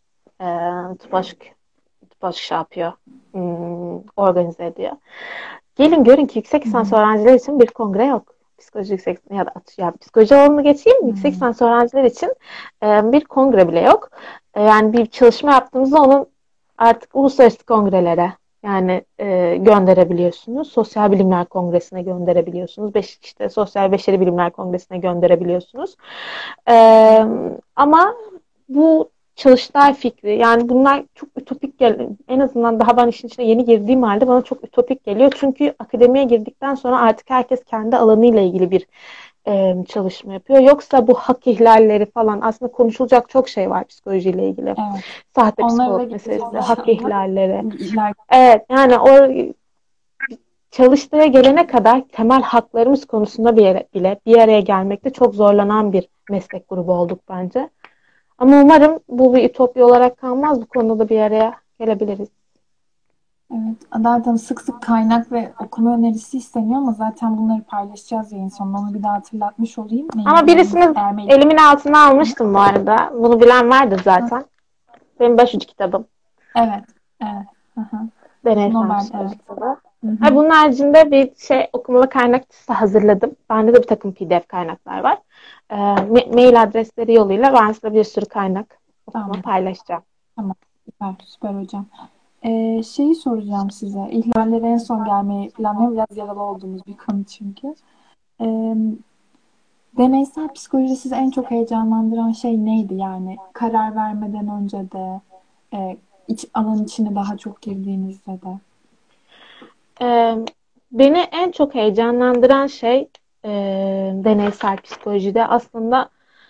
TUPAŞ şey yapıyor. Organize ediyor. Gelin görün ki yüksek Hı lisans hı. öğrenciler için bir kongre yok. Psikoloji yüksek ya psikoloji alanını geçeyim. Yüksek Hmm. lisans öğrenciler için bir kongre bile yok. Yani bir çalışma yaptığımızda onun artık uluslararası kongrelere yani gönderebiliyorsunuz. Sosyal Bilimler Kongresi'ne gönderebiliyorsunuz. İşte Sosyal Beşeri Bilimler Kongresi'ne gönderebiliyorsunuz. E, Ama bu çalıştay fikri yani bunlar çok ütopik geliyor. En azından daha ben işin içine yeni girdiğim halde bana çok ütopik geliyor. Çünkü akademiye girdikten sonra artık herkes kendi alanıyla ilgili bir çalışma yapıyor. Yoksa bu hak ihlalleri falan aslında konuşulacak çok şey var psikolojiyle ilgili. Evet. Sahte Onlara da psikolog geleceğiz meselesi, hak inşallah. ihlalleri. İler Evet yani o çalıştaya gelene kadar temel haklarımız konusunda bir araya gelmekte çok zorlanan bir meslek grubu olduk bence. Ama umarım bu bir ütopya olarak kalmaz. Bu konuda da bir araya gelebiliriz. Evet, Adalet Hanım sık sık kaynak ve okuma önerisi isteniyor ama zaten bunları paylaşacağız yayın sonunda. Onu bir daha hatırlatmış olayım. Ama Mailleriniz birisini eğer mail... elimin altına almıştım bu arada. Bunu bilen vardır zaten. Benim başucu kitabım. Evet, evet. Hı hı. Deneysel Nobel, psikoloji evet. kitabı. Hı Ha, hı. bunun haricinde bir şey okumalı kaynak listesi hazırladım. Bende de bir takım PDF kaynaklar var. Mail adresleri yoluyla ben size bir sürü kaynak okuma Tamam. paylaşacağım. Tamam. Süper, süper hocam. Şeyi soracağım size. İhlallere en son gelmeyi planlıyorum. Biraz yaralı olduğumuz bir konu çünkü. Ee, Deneysel psikolojide sizi en çok heyecanlandıran şey neydi? Yani karar vermeden önce de, alanın içine daha çok girdiğinizde de. Ee, Beni en çok heyecanlandıran şey e, deneysel psikolojide aslında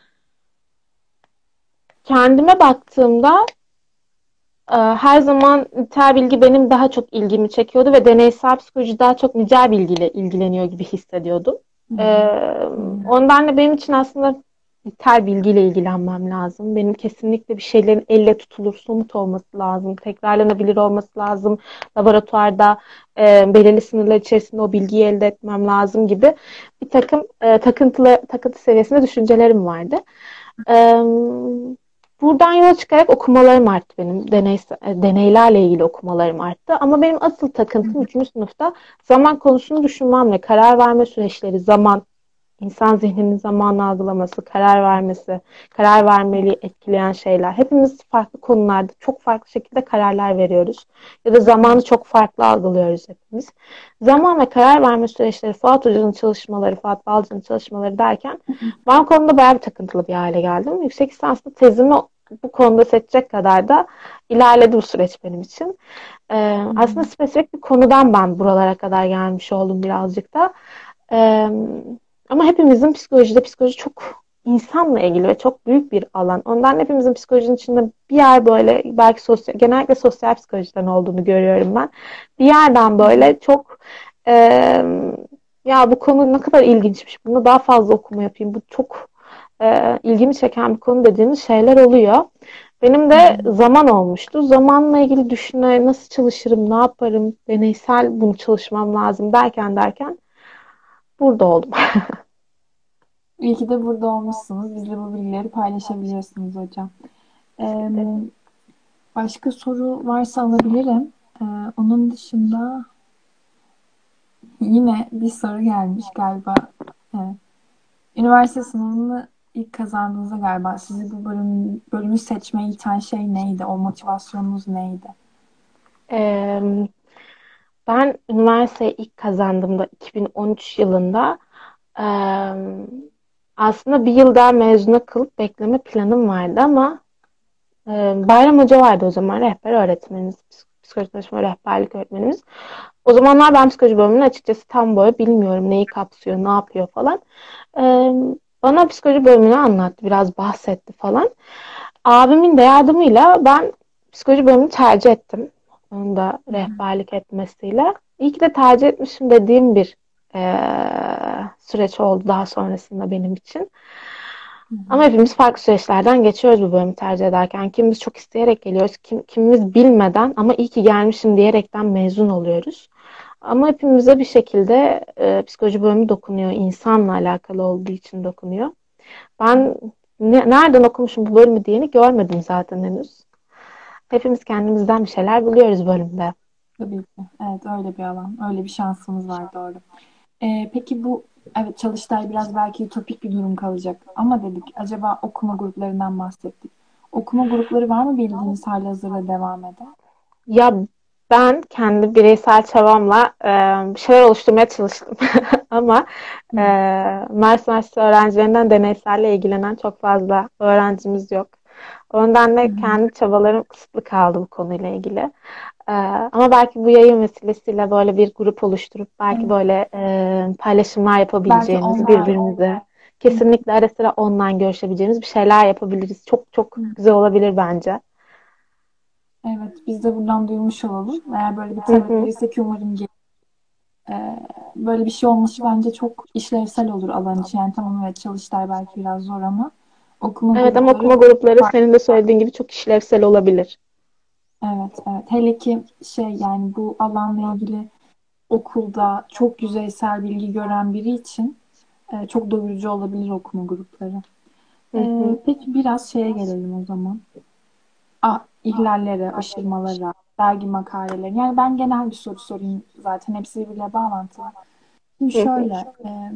kendime baktığımda her zaman nitel bilgi benim daha çok ilgimi çekiyordu ve deneysel psikoloji daha çok nicel bilgiyle ilgileniyor gibi hissediyordum. Hı E, hı. Hı hı. Ondan da benim için aslında nitel bilgiyle ilgilenmem lazım. Benim kesinlikle bir şeylerin elle tutulur, somut olması lazım. Tekrarlanabilir olması lazım. Laboratuvarda belirli sınırlar içerisinde o bilgiyi elde etmem lazım gibi bir takım takıntı seviyesinde düşüncelerim vardı. Ee, Buradan yola çıkarak okumalarım arttı benim. Deneylerle ilgili okumalarım arttı. Ama benim asıl Hı takıntım hı. 3. sınıfta zaman konusunu düşünmemle karar verme süreçleri, zaman, İnsan zihninin zamanı algılaması, karar vermesi, karar vermeliği etkileyen şeyler. Hepimiz farklı konularda çok farklı şekilde kararlar veriyoruz. Ya da Evet. zamanı çok farklı algılıyoruz hepimiz. Zaman ve karar verme süreçleri, Fuat Hoca'nın çalışmaları, Fuat Balcı'nın çalışmaları derken Hı hı. ben o konuda bayağı bir takıntılı bir hale geldim. Yüksek lisanslı tezimi bu konuda seçecek kadar da ilerledi bu süreç benim için. Hı hı. Aslında spesifik bir konudan ben buralara kadar gelmiş oldum birazcık da. Ee, Ama hepimizin psikoloji çok insanla ilgili ve çok büyük bir alan. Ondan hepimizin psikolojinin içinde bir yer böyle belki genellikle sosyal psikolojiden olduğunu görüyorum ben. Bir yerden Hı hı. böyle çok e, ya bu konu ne kadar ilginçmiş. Bunu daha fazla okuma yapayım. Bu çok ilgimi çeken bir konu dediğimiz şeyler oluyor. Benim Hı de hı. zaman olmuştu. Zamanla ilgili düşünme, nasıl çalışırım, ne yaparım, deneysel bunu çalışmam lazım derken burada oldum. İyi ki de burada olmuşsunuz. Bizle bu bilgileri paylaşabiliyorsunuz hocam. Ee, Başka soru varsa alabilirim. Ee, Onun dışında yine bir soru gelmiş galiba. Evet. Üniversite sınavını ilk kazandığınızda galiba sizi bu bölümü seçmeye iten şey neydi? O motivasyonunuz neydi? Ee, Ben üniversiteyi ilk kazandığımda 2013 yılında ee, aslında bir yıl daha mezuna kalıp bekleme planım vardı ama Bayram Hoca vardı o zaman rehber öğretmenimiz, psikoloji danışma rehberlik öğretmenimiz. O zamanlar ben psikoloji bölümünü açıkçası tam böyle bilmiyorum neyi kapsıyor, ne yapıyor falan. Ee, Bana psikoloji bölümünü anlattı, biraz bahsetti falan. Abimin de yardımıyla ben psikoloji bölümünü tercih ettim. Onun da Hı hı. rehberlik etmesiyle. İyi ki de tercih etmişim dediğim bir süreç oldu daha sonrasında benim için. Hı Ama hı. hepimiz farklı süreçlerden geçiyoruz bu bölümü tercih ederken. Kimimiz çok isteyerek geliyoruz, kimimiz bilmeden ama iyi ki gelmişim diyerekten mezun oluyoruz. Ama hepimize bir şekilde psikoloji bölümü dokunuyor. İnsanla alakalı olduğu için dokunuyor. Ben nereden okumuşum bu bölümü diyeni görmedim zaten henüz. Hepimiz kendimizden bir şeyler buluyoruz bölümde. Tabii ki. Evet, öyle bir alan. Öyle bir şansımız var, doğru. Peki bu, evet, Çalıştay biraz belki ütopik bir durum kalacak. Ama dedik acaba okuma gruplarından bahsettik. Okuma grupları var mı bildiğiniz, halihazırda devam eden? Ya ben kendi bireysel çabamla bir şeyler oluşturmaya çalıştım. Ama Hı e, Mersin Üniversitesi öğrencilerinden deneyselle ilgilenen çok fazla öğrencimiz yok. Ondan hı. da kendi çabalarım kısıtlı kaldı bu konuyla ilgili. Ama belki bu yayın vesilesiyle böyle bir grup oluşturup belki Evet. böyle paylaşımlar Belki yapabileceğimiz online. birbirimize Hı hı. kesinlikle ara sıra online görüşebileceğimiz bir şeyler yapabiliriz. Çok çok Hı. güzel olabilir bence. Evet, biz de buradan duymuş olalım. Eğer böyle bir Hı talep hı. gelirse, ki umarım gelir. Böyle bir şey olması bence çok işlevsel olur alan için. Yani tamam, evet, Çalıştay belki biraz zor ama okuma Evet ama okuma grupları grupları farklı. senin de söylediğin gibi çok işlevsel olabilir. Evet, evet. Hele ki şey, yani bu alanla ilgili okulda çok yüzeysel bilgi gören biri için çok doyurucu olabilir okuma grupları. Hı hı. Peki biraz şeye gelelim o zaman. Ah, ihlallere, aşırmalara. dergi makaleleri. Yani ben genel bir soru sorayım, zaten hepsi birbiriyle bağlantılı. Şimdi Hı hı, şöyle,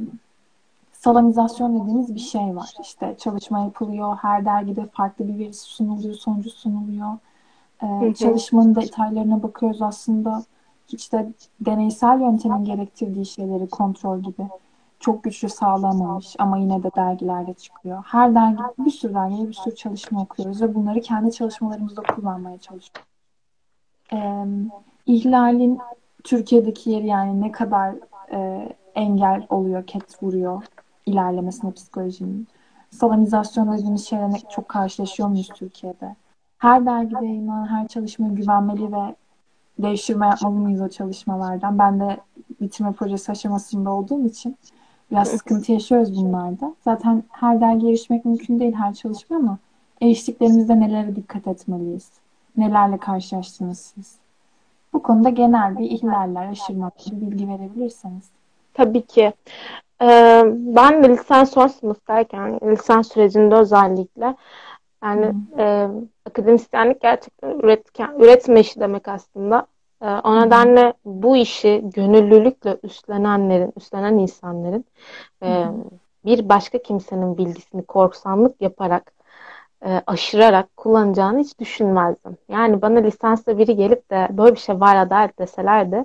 salamizasyon dediğimiz bir şey var. İşte çalışma yapılıyor, her dergide farklı bir verisi sunuluyor, sonucu sunuluyor. hı hı. Çalışmanın detaylarına bakıyoruz aslında. Hiç de deneysel yöntemin gerektirdiği şeyleri kontrol gibi çok güçlü sağlamamış ama yine de dergilerde çıkıyor. Her dergi, bir sürü dergide bir sürü çalışma okuyoruz ve bunları kendi çalışmalarımızda kullanmaya çalışıyoruz. Ee, ihlalin Türkiye'deki yeri, yani ne kadar engel oluyor, ket vuruyor ilerlemesine psikolojinin. Salamizasyon dediğimiz şeylerle çok karşılaşıyor muyuz Türkiye'de? Her dergide yayınlanan her çalışmaya güvenmeli ve devşirme yapmalı mıyız o çalışmalardan? Ben de bitirme projesi aşamasında olduğum için biraz sıkıntı yaşıyoruz bunlarda. Zaten her dergiye erişmek mümkün değil, her çalışma, ama eriştiklerimizde nelere dikkat etmeliyiz? Nelerle karşılaştınız siz? Bu konuda genel bir ihlaller, aşırmalar, bir bilgi verebilirseniz. Tabii ki. Ben de lisans son sınıftayken, lisans sürecinde özellikle Hı yani hı. akademisyenlik gerçekten üretme işi demek aslında. O Hı hı. nedenle bu işi gönüllülükle üstlenen insanların Hı e, hı. bir başka kimsenin bilgisini korksanlık yaparak, aşırarak kullanacağını hiç düşünmezdim. Yani bana lisansla biri gelip de böyle bir şey var adalet deselerdi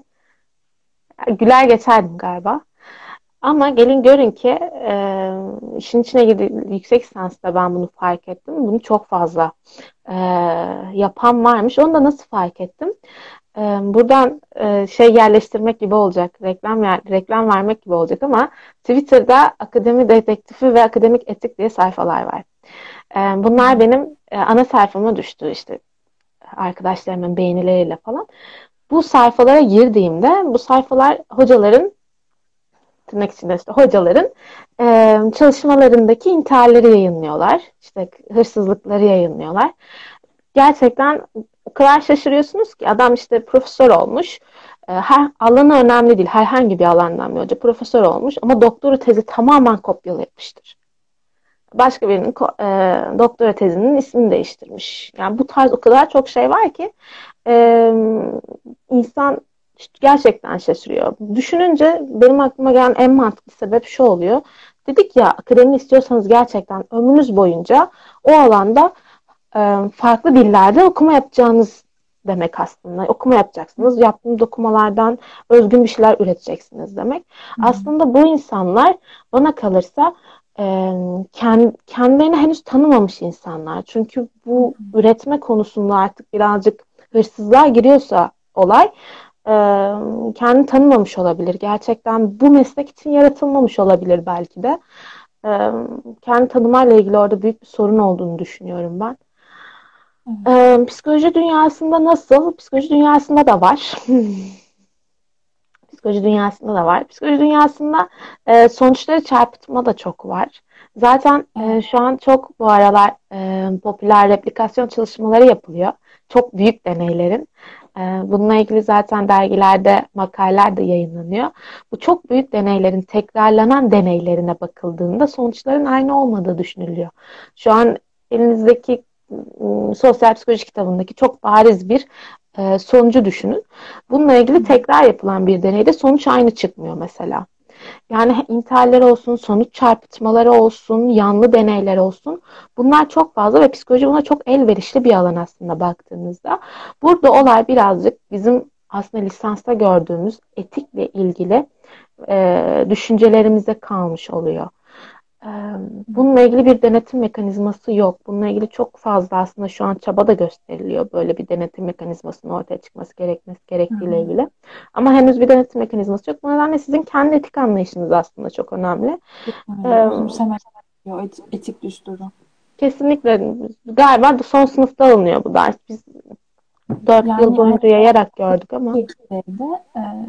güler geçerdim galiba. Ama gelin görün ki işin içine girdi yüksek lisansta ben bunu fark ettim. Bunu çok fazla e, yapan varmış. Onu da nasıl fark ettim? Buradan şey yerleştirmek gibi olacak. Reklam vermek gibi olacak ama Twitter'da akademi dedektifi ve akademik etik diye sayfalar var. Hı Bunlar hı. benim ana sayfama düştü işte arkadaşlarımın beğenileriyle falan. Bu sayfalara girdiğimde bu sayfalar hocaların tırnak içinde işte hocaların çalışmalarındaki intiharları yayınlıyorlar. İşte hırsızlıkları yayınlıyorlar. Gerçekten o kadar şaşırıyorsunuz ki adam işte profesör olmuş. Her alanı önemli değil. Herhangi bir alandan bir hoca profesör olmuş ama doktora tezi tamamen kopyalamıştır. Başka birinin doktora tezinin ismini değiştirmiş. Yani bu tarz o kadar çok şey var ki e, insan gerçekten şaşırıyor. Düşününce benim aklıma gelen en mantıklı sebep şu oluyor. Dedik ya akademi istiyorsanız gerçekten ömrünüz boyunca o alanda farklı dillerde okuma yapacağınız demek aslında. Okuma yapacaksınız. Yaptığınız okumalardan özgün bir şeyler üreteceksiniz demek. Hı hı. Aslında bu insanlar bana kalırsa kendilerini henüz tanımamış insanlar. Çünkü Hı bu hı. üretme konusunda artık birazcık hırsızlığa giriyorsa olay kendini tanımamış olabilir. Gerçekten bu meslek için yaratılmamış olabilir belki de. Kendi tanımayla ilgili orada büyük bir sorun olduğunu düşünüyorum ben. Evet. Psikoloji dünyasında nasıl? Psikoloji dünyasında da var. Psikoloji dünyasında da var. Psikoloji dünyasında sonuçları çarpıtma da çok var. Zaten Evet. şu an çok bu aralar popüler replikasyon çalışmaları yapılıyor. Çok büyük deneylerin. Bununla ilgili zaten dergilerde makaleler de yayınlanıyor. Bu çok büyük deneylerin tekrarlanan deneylerine bakıldığında sonuçların aynı olmadığı düşünülüyor. Şu an elinizdeki sosyal psikoloji kitabındaki çok bariz bir sonucu düşünün. Bununla Hı ilgili hı. tekrar yapılan bir deneyde sonuç aynı çıkmıyor mesela. Yani intiharlar olsun, sonuç çarpıtmaları olsun, yanlı deneyler olsun. Bunlar çok fazla ve psikoloji buna çok elverişli bir alan aslında baktığımızda. Burada olay birazcık bizim aslında lisansta gördüğümüz etikle ilgili düşüncelerimize kalmış oluyor. Bununla ilgili bir denetim mekanizması yok. Bununla ilgili çok fazla aslında şu an çaba da gösteriliyor. Böyle bir denetim mekanizmasının ortaya çıkması Hı gerektiğiyle hı. ilgili. Ama henüz bir denetim mekanizması yok. Bu nedenle sizin kendi etik anlayışınız aslında çok önemli. Yani Ee, özümsemek gerekiyor, etik düsturu. Kesinlikle galiba da son sınıfta alınıyor bu ders. Biz 4 yıl Yani boyunca yayarak gördük ama. Türkiye'de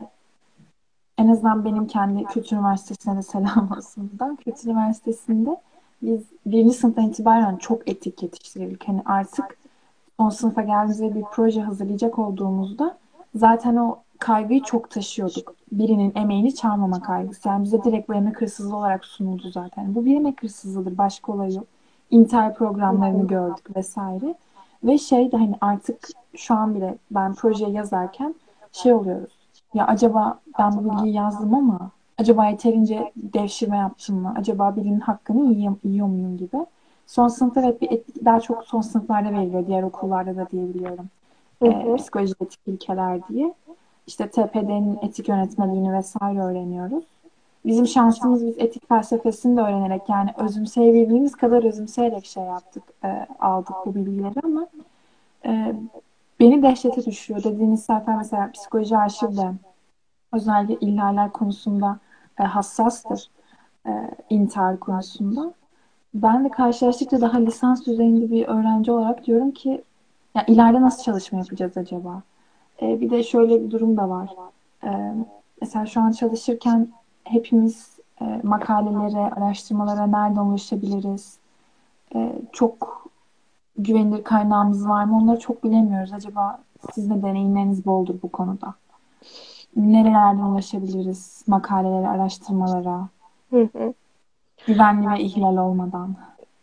en azından benim kendi Kültür Üniversitesi'ne de selam olsun buradan. Kültür Üniversitesi'nde biz birinci sınıftan itibaren çok etik yetiştirildik. Hani artık son sınıfa geldiğimizde bir proje hazırlayacak olduğumuzda zaten o kaygıyı çok taşıyorduk. Birinin emeğini çalmama kaygısı. Yani bize direkt bu emek hırsızlığı olarak sunuldu zaten. Bu bir emek hırsızlığıdır. Başka olay yok. İntihar programlarını gördük vesaire. Ve şey de hani artık şu an bile ben proje yazarken şey oluyoruz. Ya acaba ben bu bilgiyi yazdım ama acaba yeterince devşirme yaptım mı? Acaba birinin hakkını yiyor muyum gibi. Son sınıfta evet bir etik daha çok son sınıflarda veriliyor. Diğer okullarda da diyebiliyorum. Hı hı. Psikoloji etik ilkeler diye. İşte TPD'nin etik yönetmeliğini vesaire öğreniyoruz. Bizim şansımız biz etik felsefesini de öğrenerek yani özümseyebildiğimiz kadar özümseyerek şey yaptık, aldık bu bilgileri ama e, beni dehşete düşürüyor. Dediğiniz sefer mesela psikoloji arşivde özellikle ihlaller konusunda hassastır, intihar konusunda. Ben de karşılaştıkça daha lisans düzeyinde bir öğrenci olarak diyorum ki ya ileride nasıl çalışma yapacağız acaba? Bir de şöyle bir durum da var. E, Mesela şu an çalışırken hepimiz makalelere, araştırmalara nereden ulaşabiliriz? Çok güvenilir kaynağımız var mı? Onları çok bilemiyoruz. Acaba sizin de deneyimleriniz boldur bu konuda. Nerelerden ulaşabiliriz makalelere, araştırmalara, Hı hı. güvenli ve ihlal olmadan?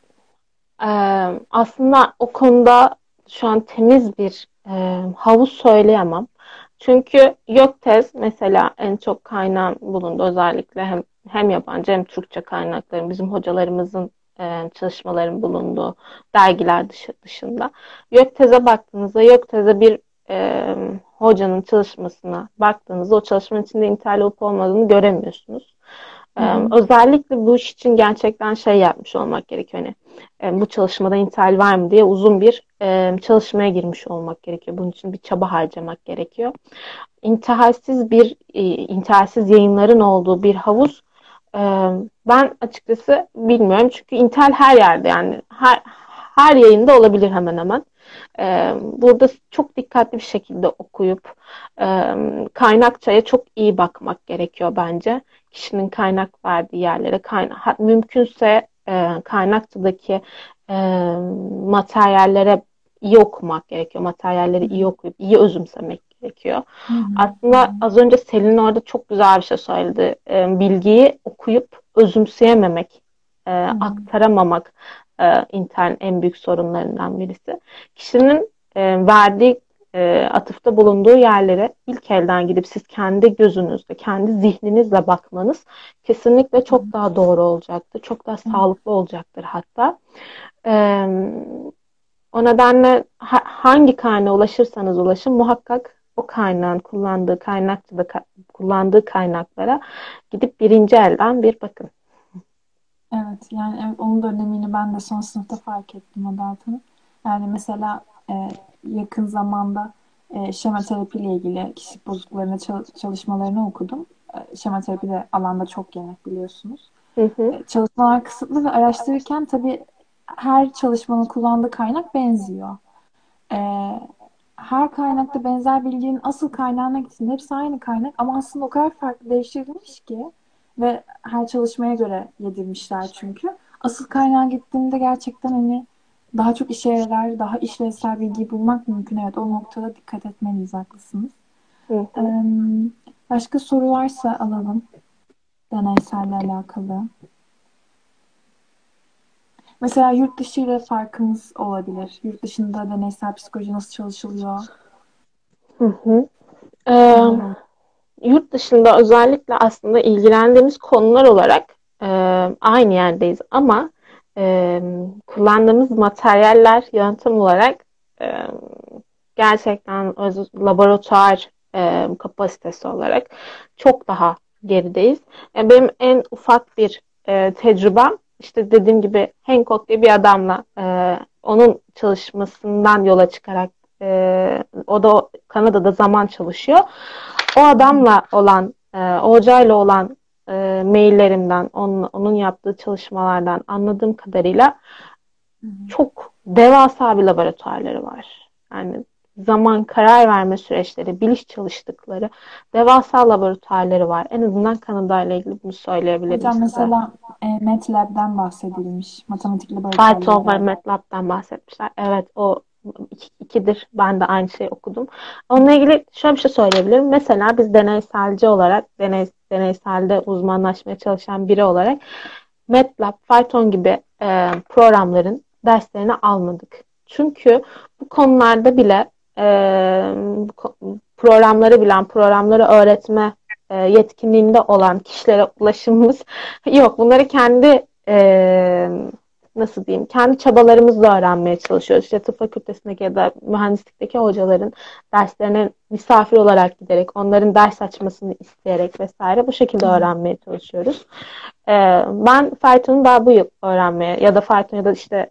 Aslında o konuda şu an temiz bir havuz söyleyemem. Çünkü YÖKTEZ mesela en çok kaynağın bulundu. Özellikle hem yabancı hem Türkçe kaynakların bizim hocalarımızın çalışmaların bulunduğu dergiler dışında. YÖKTEZ'e baktığınızda YÖKTEZ'e bir hocanın çalışmasına baktığınızda o çalışmanın içinde intihal olup olmadığını göremiyorsunuz. Hı hı. Özellikle bu iş için gerçekten şey yapmış olmak gerekiyor. Hani bu çalışmada intihal var mı diye uzun bir çalışmaya girmiş olmak gerekiyor. Bunun için bir çaba harcamak gerekiyor. İntihalsiz yayınların olduğu bir havuz e, ben açıkçası bilmiyorum. Çünkü intihal her yerde yani her yayında olabilir hemen hemen. Burada çok dikkatli bir şekilde okuyup kaynakçaya çok iyi bakmak gerekiyor bence. Kişinin kaynak verdiği yerlere mümkünse kaynakçadaki e, materyallere iyi okumak gerekiyor. Materyalleri Hı iyi hı. okuyup iyi özümsemek gerekiyor. Hı hı. Hı Aslında hı. az önce Selin orada çok güzel bir şey söyledi. Bilgiyi okuyup özümseyememek, Hı hı. aktaramamak internetin en büyük sorunlarından birisi. Kişinin verdiği atıfta bulunduğu yerlere ilk elden gidip siz kendi gözünüzle, kendi zihninizle bakmanız kesinlikle Hı hı. çok daha doğru olacaktır. Çok daha Evet. sağlıklı olacaktır hatta. E, O nedenle hangi kaynağa ulaşırsanız ulaşın muhakkak o kaynağın kullandığı kaynaklara gidip birinci elden bir bakın. Evet, yani evet, onun da önemini ben de son sınıfta fark ettim Adalet'in. Yani mesela yakın zamanda şema terapi ile ilgili kişilik bozukluklarına çalışmalarını okudum. Şema terapi de alanda çok yeni biliyorsunuz. Hı hı, Çalışmalar kısıtlı ve araştırırken tabii her çalışmanın kullandığı kaynak benziyor. Ee, Her kaynakta benzer bilginin asıl kaynağına gitsin. Hepsi aynı kaynak ama aslında o kadar farklı değiştirilmiş ki ve her çalışmaya göre yedirmişler çünkü. Asıl kaynağa gittiğinde gerçekten hani daha çok işe yarar, daha işlevsel bilgiyi bulmak mümkün. Evet, o noktada dikkat etmeliyiz, haklısınız. hı Ee, hı. Başka soru varsa alalım deneyselle alakalı. Mesela yurt dışı ile farkımız olabilir. Yurt dışında deneysel psikoloji nasıl çalışılıyor? Hı hı. Neler oluyor? Yurt dışında özellikle aslında ilgilendiğimiz konular olarak aynı yerdeyiz ama kullandığımız materyaller yöntem olarak e, gerçekten laboratuvar kapasitesi olarak çok daha gerideyiz. Benim en ufak bir tecrübem işte dediğim gibi Hancock diye bir adamla onun çalışmasından yola çıkarak o da Kanada'da zaman çalışıyor. O Hı hı. adamla olan, o hocayla olan maillerimden, onun yaptığı çalışmalardan anladığım kadarıyla Hı hı. çok devasa bir laboratuvarları var. Yani zaman karar verme süreçleri, biliş çalıştıkları devasa laboratuvarları var. En azından Kanada ile ilgili bunu söyleyebilirim Hocam size. mesela MATLAB'den bahsedilmiş. Matematik laboratuvarları Python ve herhalde. MATLAB'den bahsetmişler. Evet o ikidir. Ben de aynı şeyi okudum. Onunla ilgili şöyle bir şey söyleyebilirim. Mesela biz deneyselci olarak, deneyselde uzmanlaşmaya çalışan biri olarak MATLAB, Python gibi programların derslerini almadık. Çünkü bu konularda bile programları bilen, programları öğretme yetkinliğinde olan kişilere ulaşımımız yok. Bunları kendi nasıl diyeyim, kendi çabalarımızla öğrenmeye çalışıyoruz. İşte tıp fakültesindeki ya da mühendislikteki hocaların derslerine misafir olarak giderek, onların ders açmasını isteyerek vesaire bu şekilde öğrenmeye çalışıyoruz. Ben Python'u daha bu yıl öğrenmeye ya da Python ya da işte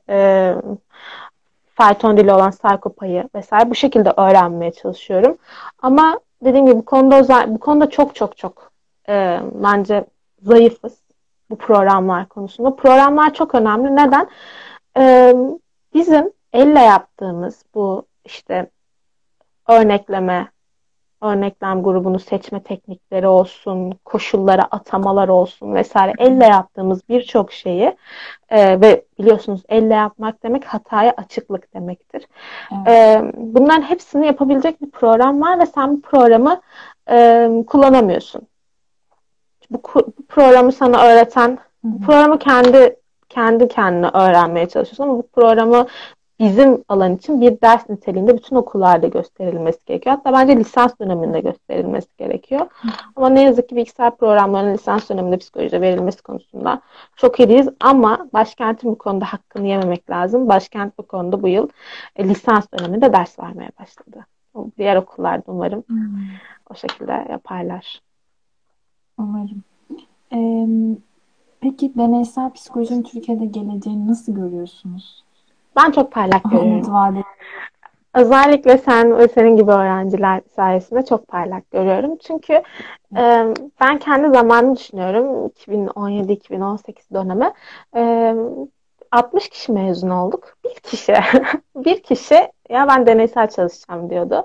Python dili olan Psychopy'yi vesaire bu şekilde öğrenmeye çalışıyorum. Ama dediğim gibi bu konuda çok çok çok bence zayıfız bu programlar konusunda. Programlar çok önemli. Neden? E, Bizim elle yaptığımız bu işte örnekleme, örneklem grubunu seçme teknikleri olsun, koşullara atamalar olsun vesaire elle yaptığımız birçok şeyi ve biliyorsunuz elle yapmak demek hataya açıklık demektir. Evet. Bunların hepsini yapabilecek bir program var ve sen bu programı kullanamıyorsun. Bu programı sana öğreten, bu programı kendi kendine öğrenmeye çalışıyorsun ama bu programı bizim alan için bir ders niteliğinde bütün okullarda gösterilmesi gerekiyor. Hatta bence lisans döneminde gösterilmesi gerekiyor. Ama ne yazık ki bilgisayar programlarının lisans döneminde psikolojide verilmesi konusunda çok iyi değiliz. Ama başkentin bu konuda hakkını yememek lazım. Başkent bu konuda bu yıl lisans döneminde ders vermeye başladı. Diğer okullarda umarım o şekilde yaparlar. Umarım. Ee, peki deneysel psikolojinin Türkiye'de geleceğini nasıl görüyorsunuz? Ben çok parlak Umut görüyorum. vaat Özellikle sen ve senin gibi öğrenciler sayesinde çok parlak görüyorum. Çünkü ben kendi zamanımı düşünüyorum. 2017-2018 dönemi. E, 60 kişi mezun olduk. Bir kişi, bir kişi ya ben deneysel çalışacağım diyordu.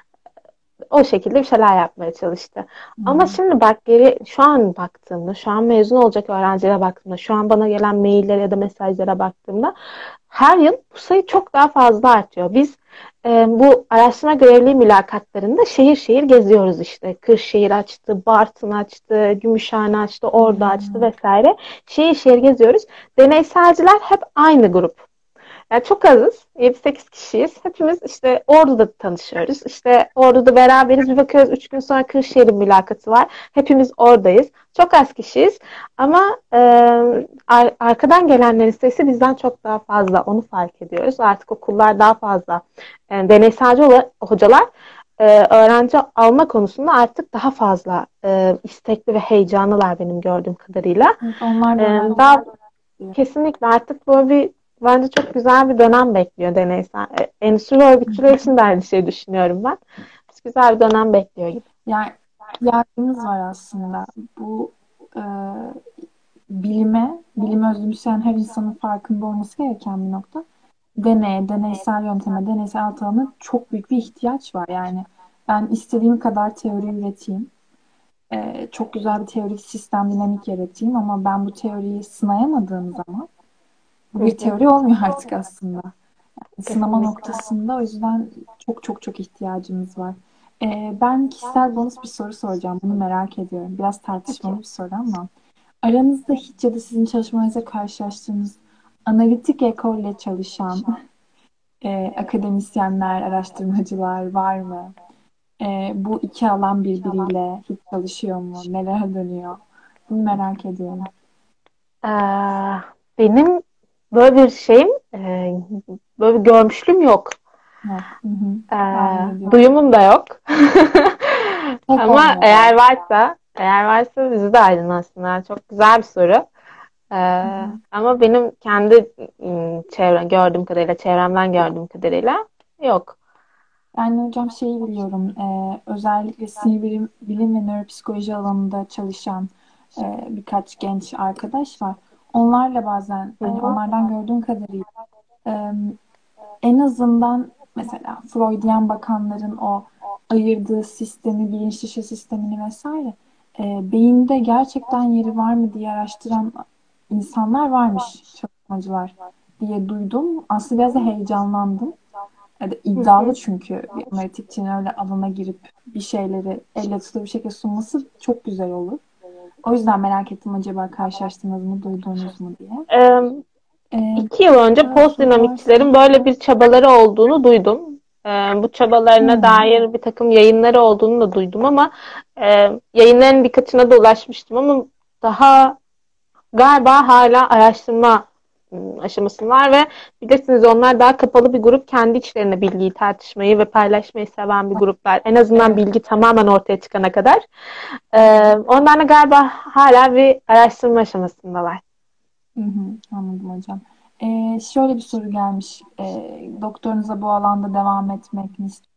O şekilde bir şeyler yapmaya çalıştı. Ama şimdi bak şu an baktığımda, şu an mezun olacak öğrencilere baktığımda, şu an bana gelen maillere ya da mesajlara baktığımda her yıl bu sayı çok daha fazla artıyor. Biz bu araştırma görevli mülakatlarında şehir şehir geziyoruz işte. Kırşehir açtı, Bartın açtı, Gümüşhane açtı, Ordu açtı vesaire. Şehir şehir geziyoruz. Deneyselciler hep aynı grup. Yani çok azız. 7-8 kişiyiz. Hepimiz işte Ordu'da tanışıyoruz. İşte Ordu'da beraberiz. Bir bakıyoruz 3 gün sonra Kırşehir'in mülakatı var. Hepimiz oradayız. Çok az kişiyiz. Ama arkadan gelenlerin sayısı bizden çok daha fazla. Onu fark ediyoruz. Artık okullar daha fazla deneyselci hocalar öğrenci alma konusunda artık daha fazla istekli ve heyecanlılar benim gördüğüm kadarıyla. Evet, onlar da öğrenci Daha diyor. kesinlikle artık böyle bir bence çok güzel bir dönem bekliyor deneysel. Endüstri örgütçüler için de aynı şeyi düşünüyorum ben. Güzel bir dönem bekliyor gibi. Yani ihtiyacımız var aslında. Bu e, bilime özümseyen her insanın farkında olması gereken bir nokta. Deneysel yönteme, deneysel alana çok büyük bir ihtiyaç var. Yani ben istediğim kadar teori üreteyim. Çok güzel bir teorik sistem, dinamik yaratayım ama ben bu teoriyi sınayamadığım zaman bu Hı bir hı. teori olmuyor artık aslında. Sınama Kesinlikle. noktasında o yüzden çok çok çok ihtiyacımız var. Ben kişisel bonus bir soru soracağım. Bunu merak ediyorum. Biraz tartışmalı Peki. bir soru ama aranızda hiç ya da sizin çalışmalarınızda karşılaştığınız analitik ekolle çalışan akademisyenler, araştırmacılar var mı? Bu iki alan birbiriyle hiç çalışıyor mu? Neler dönüyor? Bunu merak ediyorum. Ee, Benim böyle bir şeyim, böyle bir görmüşlüğüm yok. Yok. Hı hı. Tahmin ediyorum. Duyumum da yok. Tek Ama olmuyor eğer zaten. varsa, eğer varsa bizi de aydınlatsınlar. Çok güzel bir soru. Hı hı. Ama benim kendi gördüğüm kadarıyla, çevremden gördüğüm kadarıyla yok. Ben hocam şeyi biliyorum. Özellikle sinir bilim ve nöropsikoloji alanında çalışan birkaç genç arkadaş var. Onlarla bazen Hı hani hı. onlardan gördüğüm kadarıyla e, en azından mesela Freudian bakanların o ayırdığı sistemi, bilinç dışı sistemini vesaire beyinde gerçekten yeri var mı diye araştıran insanlar varmış, çalışmacılar diye duydum. Aslında biraz da heyecanlandım. Ya da Hı iddialı hı. çünkü bir analitikçinin öyle alana girip bir şeyleri elle tutulur bir şekilde sunması çok güzel olur. O yüzden merak ettim acaba karşılaştınız mı, duydunuz mu diye. 2 yıl önce Başka post soru varsa. dinamikçilerin böyle bir çabaları olduğunu duydum. Bu çabalarına Hmm, dair bir takım yayınları olduğunu da duydum ama yayınların birkaçına da ulaşmıştım ama daha galiba hala araştırma aşamasındalar ve bilirsiniz onlar daha kapalı bir grup, kendi içlerinde bilgiyi tartışmayı ve paylaşmayı seven bir gruplar. En azından evet. bilgi tamamen ortaya çıkana kadar. Hı hı. Onlar da galiba hala bir araştırma aşamasındalar. Hı hı, anladım hocam. Şöyle bir soru gelmiş. Doktorunuza bu alanda devam etmek mi istiyorsunuz?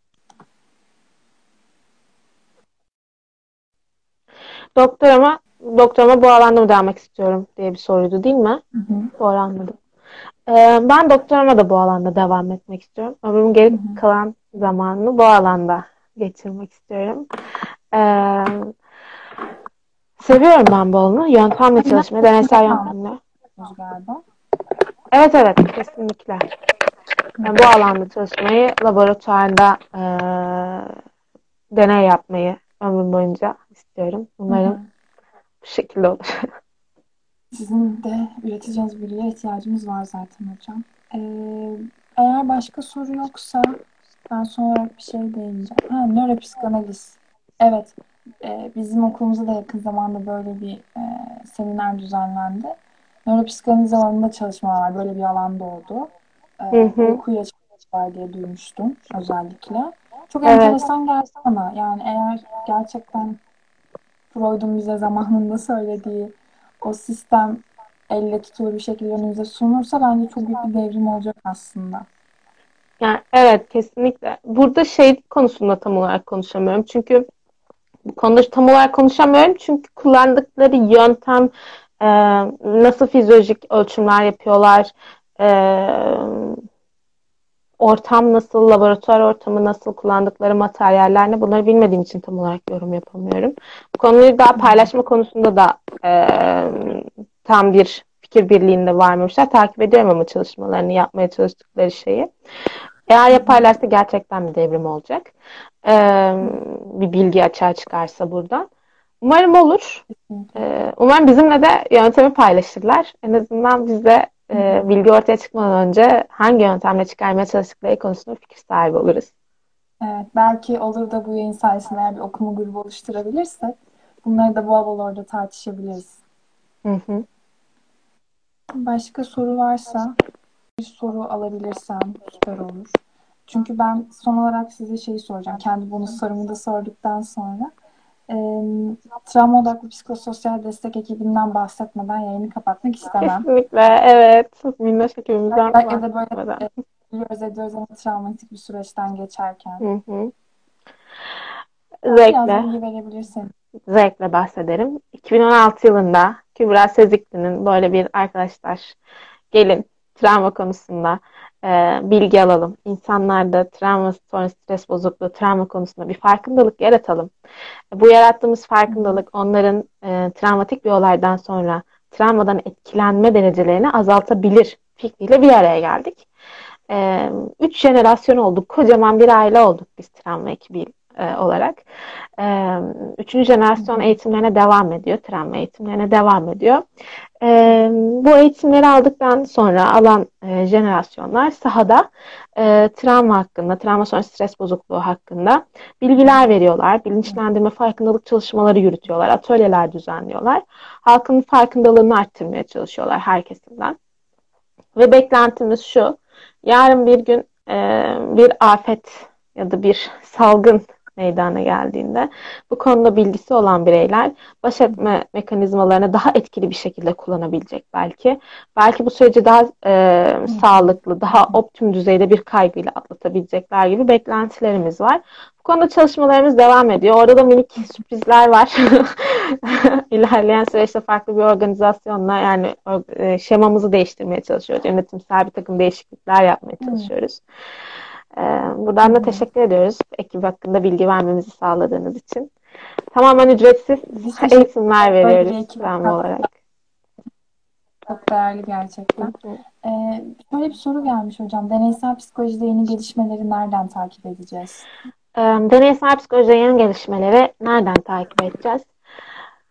Doktorama bu alanda mı devam istiyorum diye bir soruydu değil mi? Hı hı, Doğru anladım. Ben doktorama da bu alanda devam etmek istiyorum. Ömrümün hı geri hı, kalan zamanını bu alanda geçirmek istiyorum. Ee, Seviyorum ben bu alanı. Yöntemle Hemen çalışmayı, başında deneysel yöntemle. kalmışsınız galiba. Evet evet kesinlikle. Hı Yani bu hı, alanda çalışmayı, laboratuvarda deney yapmayı ömrüm boyunca istiyorum. hı hı. Umarım bu şekilde olur. Sizin de üreteceğiniz bilgiye ihtiyacımız var zaten hocam. Ee, Eğer başka soru yoksa ben son olarak bir şey değineceğim. Ha, nöropsikanaliz. Evet, bizim okulumuzda da yakın zamanda böyle bir seminer düzenlendi. Nöropsikanaliz alanında çalışmalar var. Böyle bir alan doğdu. Hı hı. Uykuya çalışmalar diye duymuştum özellikle. Çok Evet. enteresan geldi bana. Yani eğer gerçekten Freud'un bize zamanında söylediği o sistem elle tutulur bir şekilde önümüze sunulursa bence çok büyük bir devrim olacak aslında. Yani evet kesinlikle. Burada şey konusunda tam olarak konuşamıyorum. Çünkü bu konuda tam olarak konuşamıyorum. Çünkü kullandıkları yöntem e, nasıl fizyolojik ölçümler yapıyorlar, e, ortam nasıl, laboratuvar ortamı nasıl, kullandıkları materyaller ne, bunları bilmediğim için tam olarak yorum yapamıyorum. Bu konuyu daha Hı hı. paylaşma konusunda da tam bir fikir birliğinde varmamışlar. Takip ediyorum ama çalışmalarını, yapmaya çalıştıkları şeyi. Eğer Hı hı. yaparlarsa gerçekten bir devrim olacak. Bir bilgi açığa çıkarsa buradan. Umarım olur. Kesinlikle. Umarım bizimle de yöntemi paylaşırlar. En azından biz de Hı hı. bilgi ortaya çıkmadan önce hangi yöntemle çıkarmaya çalıştıkları konusunda fikir sahibi oluruz. Evet, belki olur da bu yayın sayesinde eğer bir okuma grubu oluşturabilirsek bunları da bol bol orada tartışabiliriz. Hı hı. Başka soru varsa bir soru alabilirsem süper olur. Çünkü ben son olarak size şeyi soracağım. Kendi bonus sorumu da sorduktan sonra. Ee, Travma odaklı psikososyal destek ekibinden bahsetmeden yayını kapatmak istemem. Kesinlikle evet. Minnoş ekibimizden Özellikle de böyle bahsetmeden. biliyoruz ediyoruz ama travmatik bir süreçten geçerken. Hı hı. Biraz Zevkle. bilgi verebilirsin. Zevkle bahsederim. 2016 yılında Kübra Sezikli'nin böyle bir arkadaşlar gelin travma konusunda bilgi alalım. İnsanlarda travma sonra stres bozukluğu, travma konusunda bir farkındalık yaratalım. Bu yarattığımız Hı hı. farkındalık onların travmatik bir olaydan sonra travmadan etkilenme derecelerini azaltabilir fikriyle bir araya geldik. 3 jenerasyon olduk. Kocaman bir aile olduk biz travma ekibi olarak. 3. jenerasyon Hı eğitimlerine devam ediyor. Travma eğitimlerine devam ediyor. Bu eğitimleri aldıktan sonra alan jenerasyonlar sahada travma hakkında, travma sonrası stres bozukluğu hakkında bilgiler veriyorlar. hı. Bilinçlendirme, farkındalık çalışmaları yürütüyorlar. Atölyeler düzenliyorlar. Halkın farkındalığını arttırmaya çalışıyorlar her kesimden. Ve beklentimiz şu: yarın bir gün bir afet ya da bir salgın meydana geldiğinde bu konuda bilgisi olan bireyler baş Hı hı. etme mekanizmalarını daha etkili bir şekilde kullanabilecek belki. Belki bu süreci daha Hı hı. sağlıklı, daha optimum düzeyde bir kaygıyla atlatabilecekler gibi beklentilerimiz var. Bu konuda çalışmalarımız devam ediyor. Orada da minik sürprizler var. İlerleyen süreçte farklı bir organizasyonla yani şemamızı değiştirmeye çalışıyoruz. Yönetimsel bir takım değişiklikler yapmaya Hı çalışıyoruz. hı. Buradan da teşekkür ediyoruz ekip hakkında bilgi vermemizi sağladığınız için. Tamamen ücretsiz Biz teşekkür eğitimler ederiz. Böyle bir veriyoruz ekibe travma katılmak olarak. çok değerli Hı gerçekten. hı. Şöyle bir soru gelmiş hocam. Deneysel psikolojide yeni gelişmeleri nereden takip edeceğiz? Deneysel psikolojide yeni gelişmeleri nereden takip edeceğiz?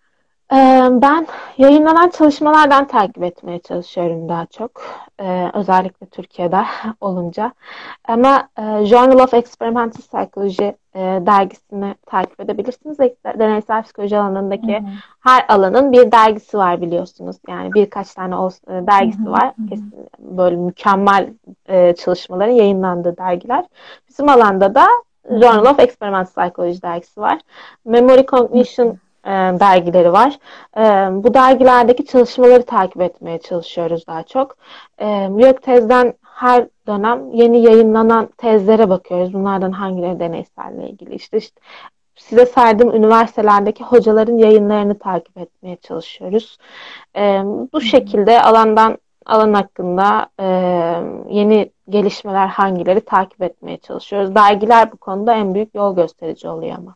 Ben yayınlanan çalışmalardan takip etmeye çalışıyorum daha çok. Özellikle Türkiye'de olunca. Ama Journal of Experimental Psychology dergisini takip edebilirsiniz. Deneysel psikoloji Hı alanındaki hı. her alanın bir dergisi var biliyorsunuz. Yani birkaç tane Hı dergisi hı. var. Hı hı. Kesin böyle mükemmel çalışmaların yayınlandığı dergiler. Bizim alanda da Hı Journal hı. of Experimental Psychology dergisi var. Memory Hı Cognition dergileri var. Bu dergilerdeki çalışmaları takip etmeye çalışıyoruz daha çok. Yok tezden her dönem yeni yayınlanan tezlere bakıyoruz. Bunlardan hangileri deneyselle ilgili. İşte size saydığım üniversitelerdeki hocaların yayınlarını takip etmeye çalışıyoruz. Bu hı. Hı. şekilde alan hakkında yeni gelişmeler hangileri takip etmeye çalışıyoruz. Dergiler bu konuda en büyük yol gösterici oluyor ama.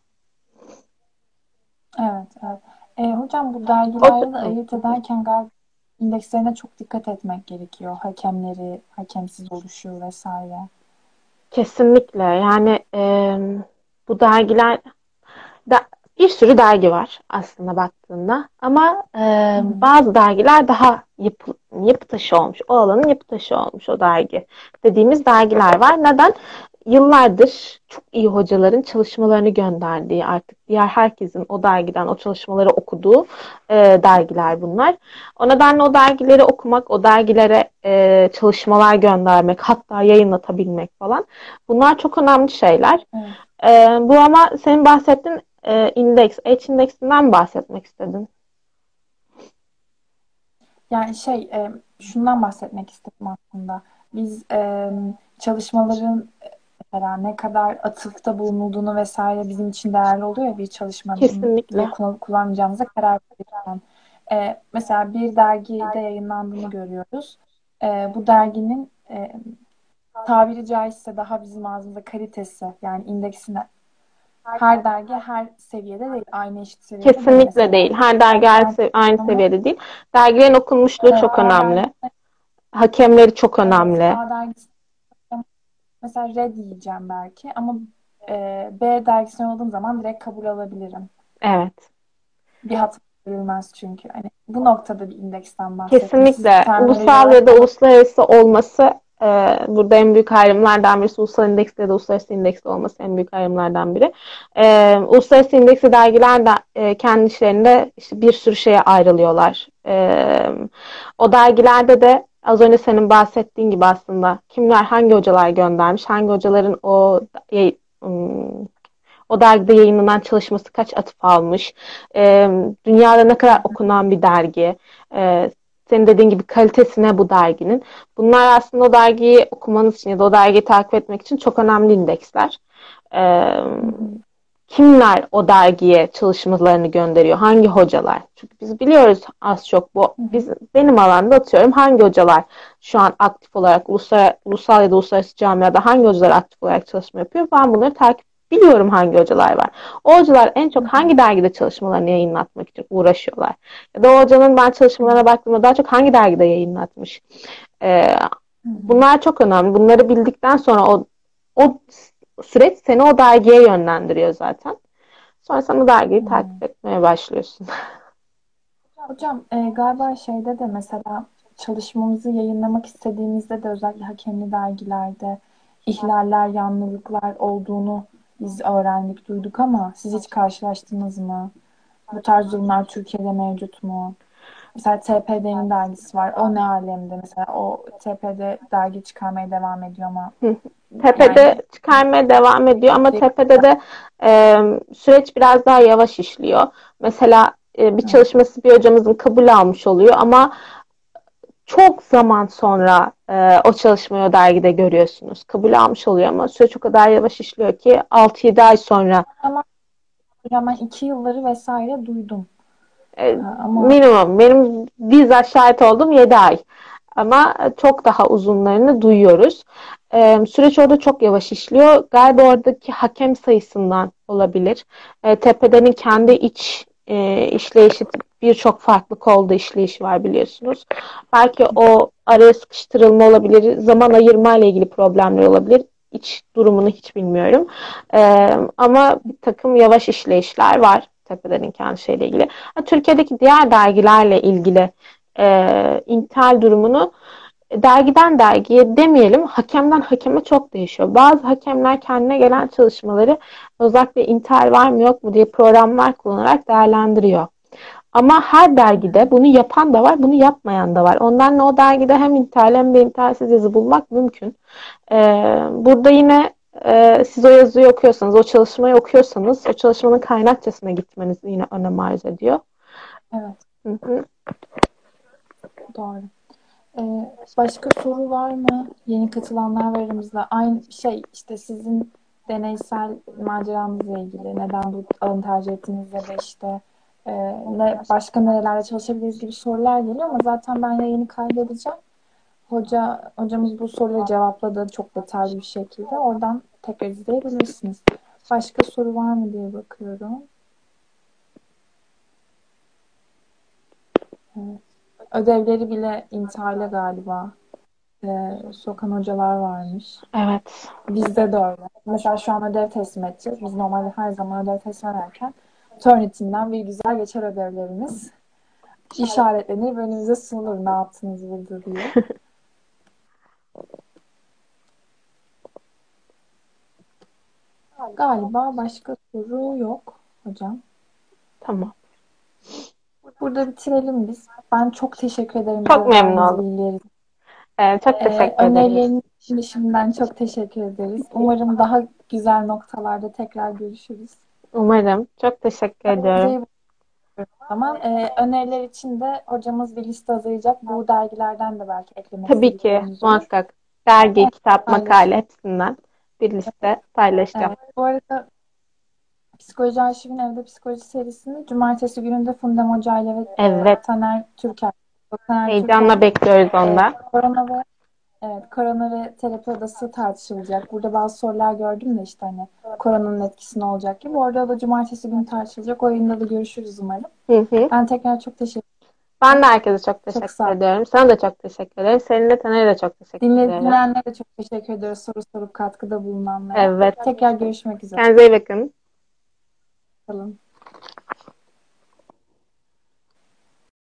Evet, evet. Hocam bu O, dergileri de hı. ayırt ederken galiba indekslerine çok dikkat etmek gerekiyor. Hakemleri, hakemsiz oluşu vesaire. Kesinlikle yani bu dergiler da, bir sürü dergi var aslında baktığında ama Hı hı. bazı dergiler daha yapı taşı olmuş. O alanın yapı taşı olmuş o dergi dediğimiz dergiler var. Neden? Yıllardır çok iyi hocaların çalışmalarını gönderdiği artık diğer herkesin o dergiden o çalışmaları okuduğu dergiler bunlar. O nedenle o dergileri okumak, o dergilere çalışmalar göndermek, hatta yayınlatabilmek falan bunlar çok önemli şeyler. Evet. Bu ama senin bahsettiğin indeks, H-indeksinden bahsetmek istedin. Yani şundan bahsetmek istedim aslında. Biz çalışmaların mesela ne kadar atıfta bulunulduğunu vesaire bizim için değerli oluyor ya bir çalışmayı Kesinlikle. kullanmayacağımıza karar verirken. Mesela bir dergide yayınlandığını görüyoruz. Bu derginin tabiri caizse daha bizim ağzımızda kalitesi yani indeksine her dergi her seviyede değil, aynı eşit seviyede değil Kesinlikle değil. mesela. Her dergi Dergiler aynı ama seviyede değil. Dergilerin okunmuşluğu evet, çok önemli. Hakemleri çok evet, önemli. A dergisi mesela red diyeceğim belki ama B dergisini aldığım zaman direkt kabul alabilirim. Evet. Bir hata görülmez çünkü. Hani bu noktada bir indeksten bahsettim. Siz Kesinlikle terminoloji ulusal olarak ya da uluslararası olması burada en büyük ayrımlardan birisi. Ulusal indekste ya da uluslararası indekste olması en büyük ayrımlardan biri. Uluslararası indeksli dergiler de kendi işlerinde işte bir sürü şeye ayrılıyorlar. O dergilerde de az önce senin bahsettiğin gibi aslında kimler hangi hocalar göndermiş, hangi hocaların o dergide yayınlanan çalışması kaç atıf almış, dünyada ne kadar okunan bir dergi, senin dediğin gibi kalitesine bu derginin. Bunlar aslında o dergiyi okumanız için ya da o dergiyi takip etmek için çok önemli indeksler. E, hı hı, Kimler o dergiye çalışmalarını gönderiyor? Hangi hocalar? Çünkü biz biliyoruz az çok bu. hı hı, Benim alanda atıyorum hangi hocalar şu an aktif olarak ulusal ya da uluslararası camiada hangi hocalar aktif olarak çalışma yapıyor? Ben bunları biliyorum hangi hocalar var. O hocalar en hı çok hı, hangi dergide çalışmalarını yayınlatmak için uğraşıyorlar? Ya da o hocanın ben hı çalışmalarına baktığımda daha çok hangi dergide yayınlatmış? Ee, hı, Bunlar çok önemli. Bunları bildikten sonra o süreç seni o dergiye yönlendiriyor zaten. Sonra sen o dergiyi hı hı. takip etmeye başlıyorsun. Hocam galiba şeyde de mesela çalışmamızı yayınlamak istediğimizde de özellikle hakemli dergilerde ihlaller, yanlılıklar olduğunu biz öğrendik, duyduk ama siz hiç karşılaştınız mı? Bu tarz durumlar Türkiye'de mevcut mu? Mesela TPD'nin dergisi var. O ne alemde? Mesela o TPD dergi çıkarmaya devam ediyor ama Tepede yani çıkarmaya devam ediyor ama tepede de süreç biraz daha yavaş işliyor. Mesela bir evet. çalışması bir hocamızın kabul almış oluyor ama çok zaman sonra o çalışmayı o dergide görüyorsunuz. Kabul almış oluyor ama süreç o kadar yavaş işliyor ki 6-7 ay sonra Ama hocam ben 2 yılları vesaire duydum. e, Ama minimum benim bizzat şahit olduğum 7 ay. Ama çok daha uzunlarını duyuyoruz. Süreç orada çok yavaş işliyor. Galiba oradaki hakem sayısından olabilir. Tepede'nin kendi iç işleyişi birçok farklı kolda işleyişi var biliyorsunuz. Belki o araya sıkıştırılma olabilir, zaman ayırma ile ilgili problemler olabilir. İç durumunu hiç bilmiyorum. Ama bir takım yavaş işleyişler var. Göztepe'deki aynı şeyle ilgili. Türkiye'deki diğer dergilerle ilgili intihal durumunu dergiden dergiye demeyelim, hakemden hakeme çok değişiyor. Bazı hakemler kendine gelen çalışmaları özellikle intihal var mı yok mu diye programlar kullanarak değerlendiriyor. Ama her dergide bunu yapan da var, bunu yapmayan da var. Ondan o dergide hem intihal hem de intihalsiz yazı bulmak mümkün. Burada yine siz o yazıyı okuyorsanız, o çalışmayı okuyorsanız, o çalışmanın kaynakçasına gitmeniz yine önem arz ediyor. Evet, Hı hı. doğru. Başka soru var mı? Yeni katılanlar var aramızda. Aynı şey işte sizin deneysel maceranızla ilgili neden bu alanı tercih ettiğiniz ya da işte başka nerelerde çalışabiliriz gibi sorular geliyor ama zaten ben yayını kaydedeceğim. Hocamız bu soruları cevapladı çok detaylı bir şekilde. Oradan tekrar izleyebilirsiniz. Başka soru var mı diye bakıyorum. Evet. Ödevleri bile intihale galiba sokan hocalar varmış. Evet. Bizde de öyle. Mesela şu an ödev teslim edeceğiz. Biz normalde her zaman ödev teslim ederken Turnitin'den bir güzel geçer ödevlerimiz. İşaretlenir ve önümüze sunulur ne yaptınız burada diye. Galiba başka soru yok hocam. Tamam. Burada bitirelim biz. Ben çok teşekkür ederim Çok bize memnun verdiğiniz oldum. bilgiler için. Çok teşekkür ederim. Önerileriniz için de şimdiden çok teşekkür ederiz. Umarım daha güzel noktalarda tekrar görüşürüz. Umarım. Çok teşekkür Kendinize ediyorum. iyi bakın o zaman. Öneriler için de hocamız bir liste hazırlayacak. Bu dergilerden de belki eklemek Tabii ki istedikleriniz olur. muhakkak dergi, Onu kitap, makale paylaşın. hepsinden bir liste paylaşacağım. Evet. Bu arada Psikoloji Arşiv'in Evde Psikoloji serisini cumartesi gününde Fundem Hoca ile ve Evet. Taner Türker. Taner Heyecanla Türker bekliyoruz e, ondan. korona ve evet, korona ve terapi odası tartışılacak. Burada bazı sorular gördüm de işte hani koronanın etkisi ne olacak gibi. Orada da cumartesi günü tartışılacak. O yayında da görüşürüz umarım. Hı hı. Ben tekrar çok teşekkür Ben de ederim. herkese çok Çok teşekkür sağ olun. ediyorum. Sana da çok teşekkür ederim. Seninle Taner'e de çok teşekkür ediyorum. Dinleyenlere de çok teşekkür ediyoruz. Soru sorup katkıda bulunanlara. Evet. Tekrar görüşmek üzere. Kendinize iyi bakın. Kalın.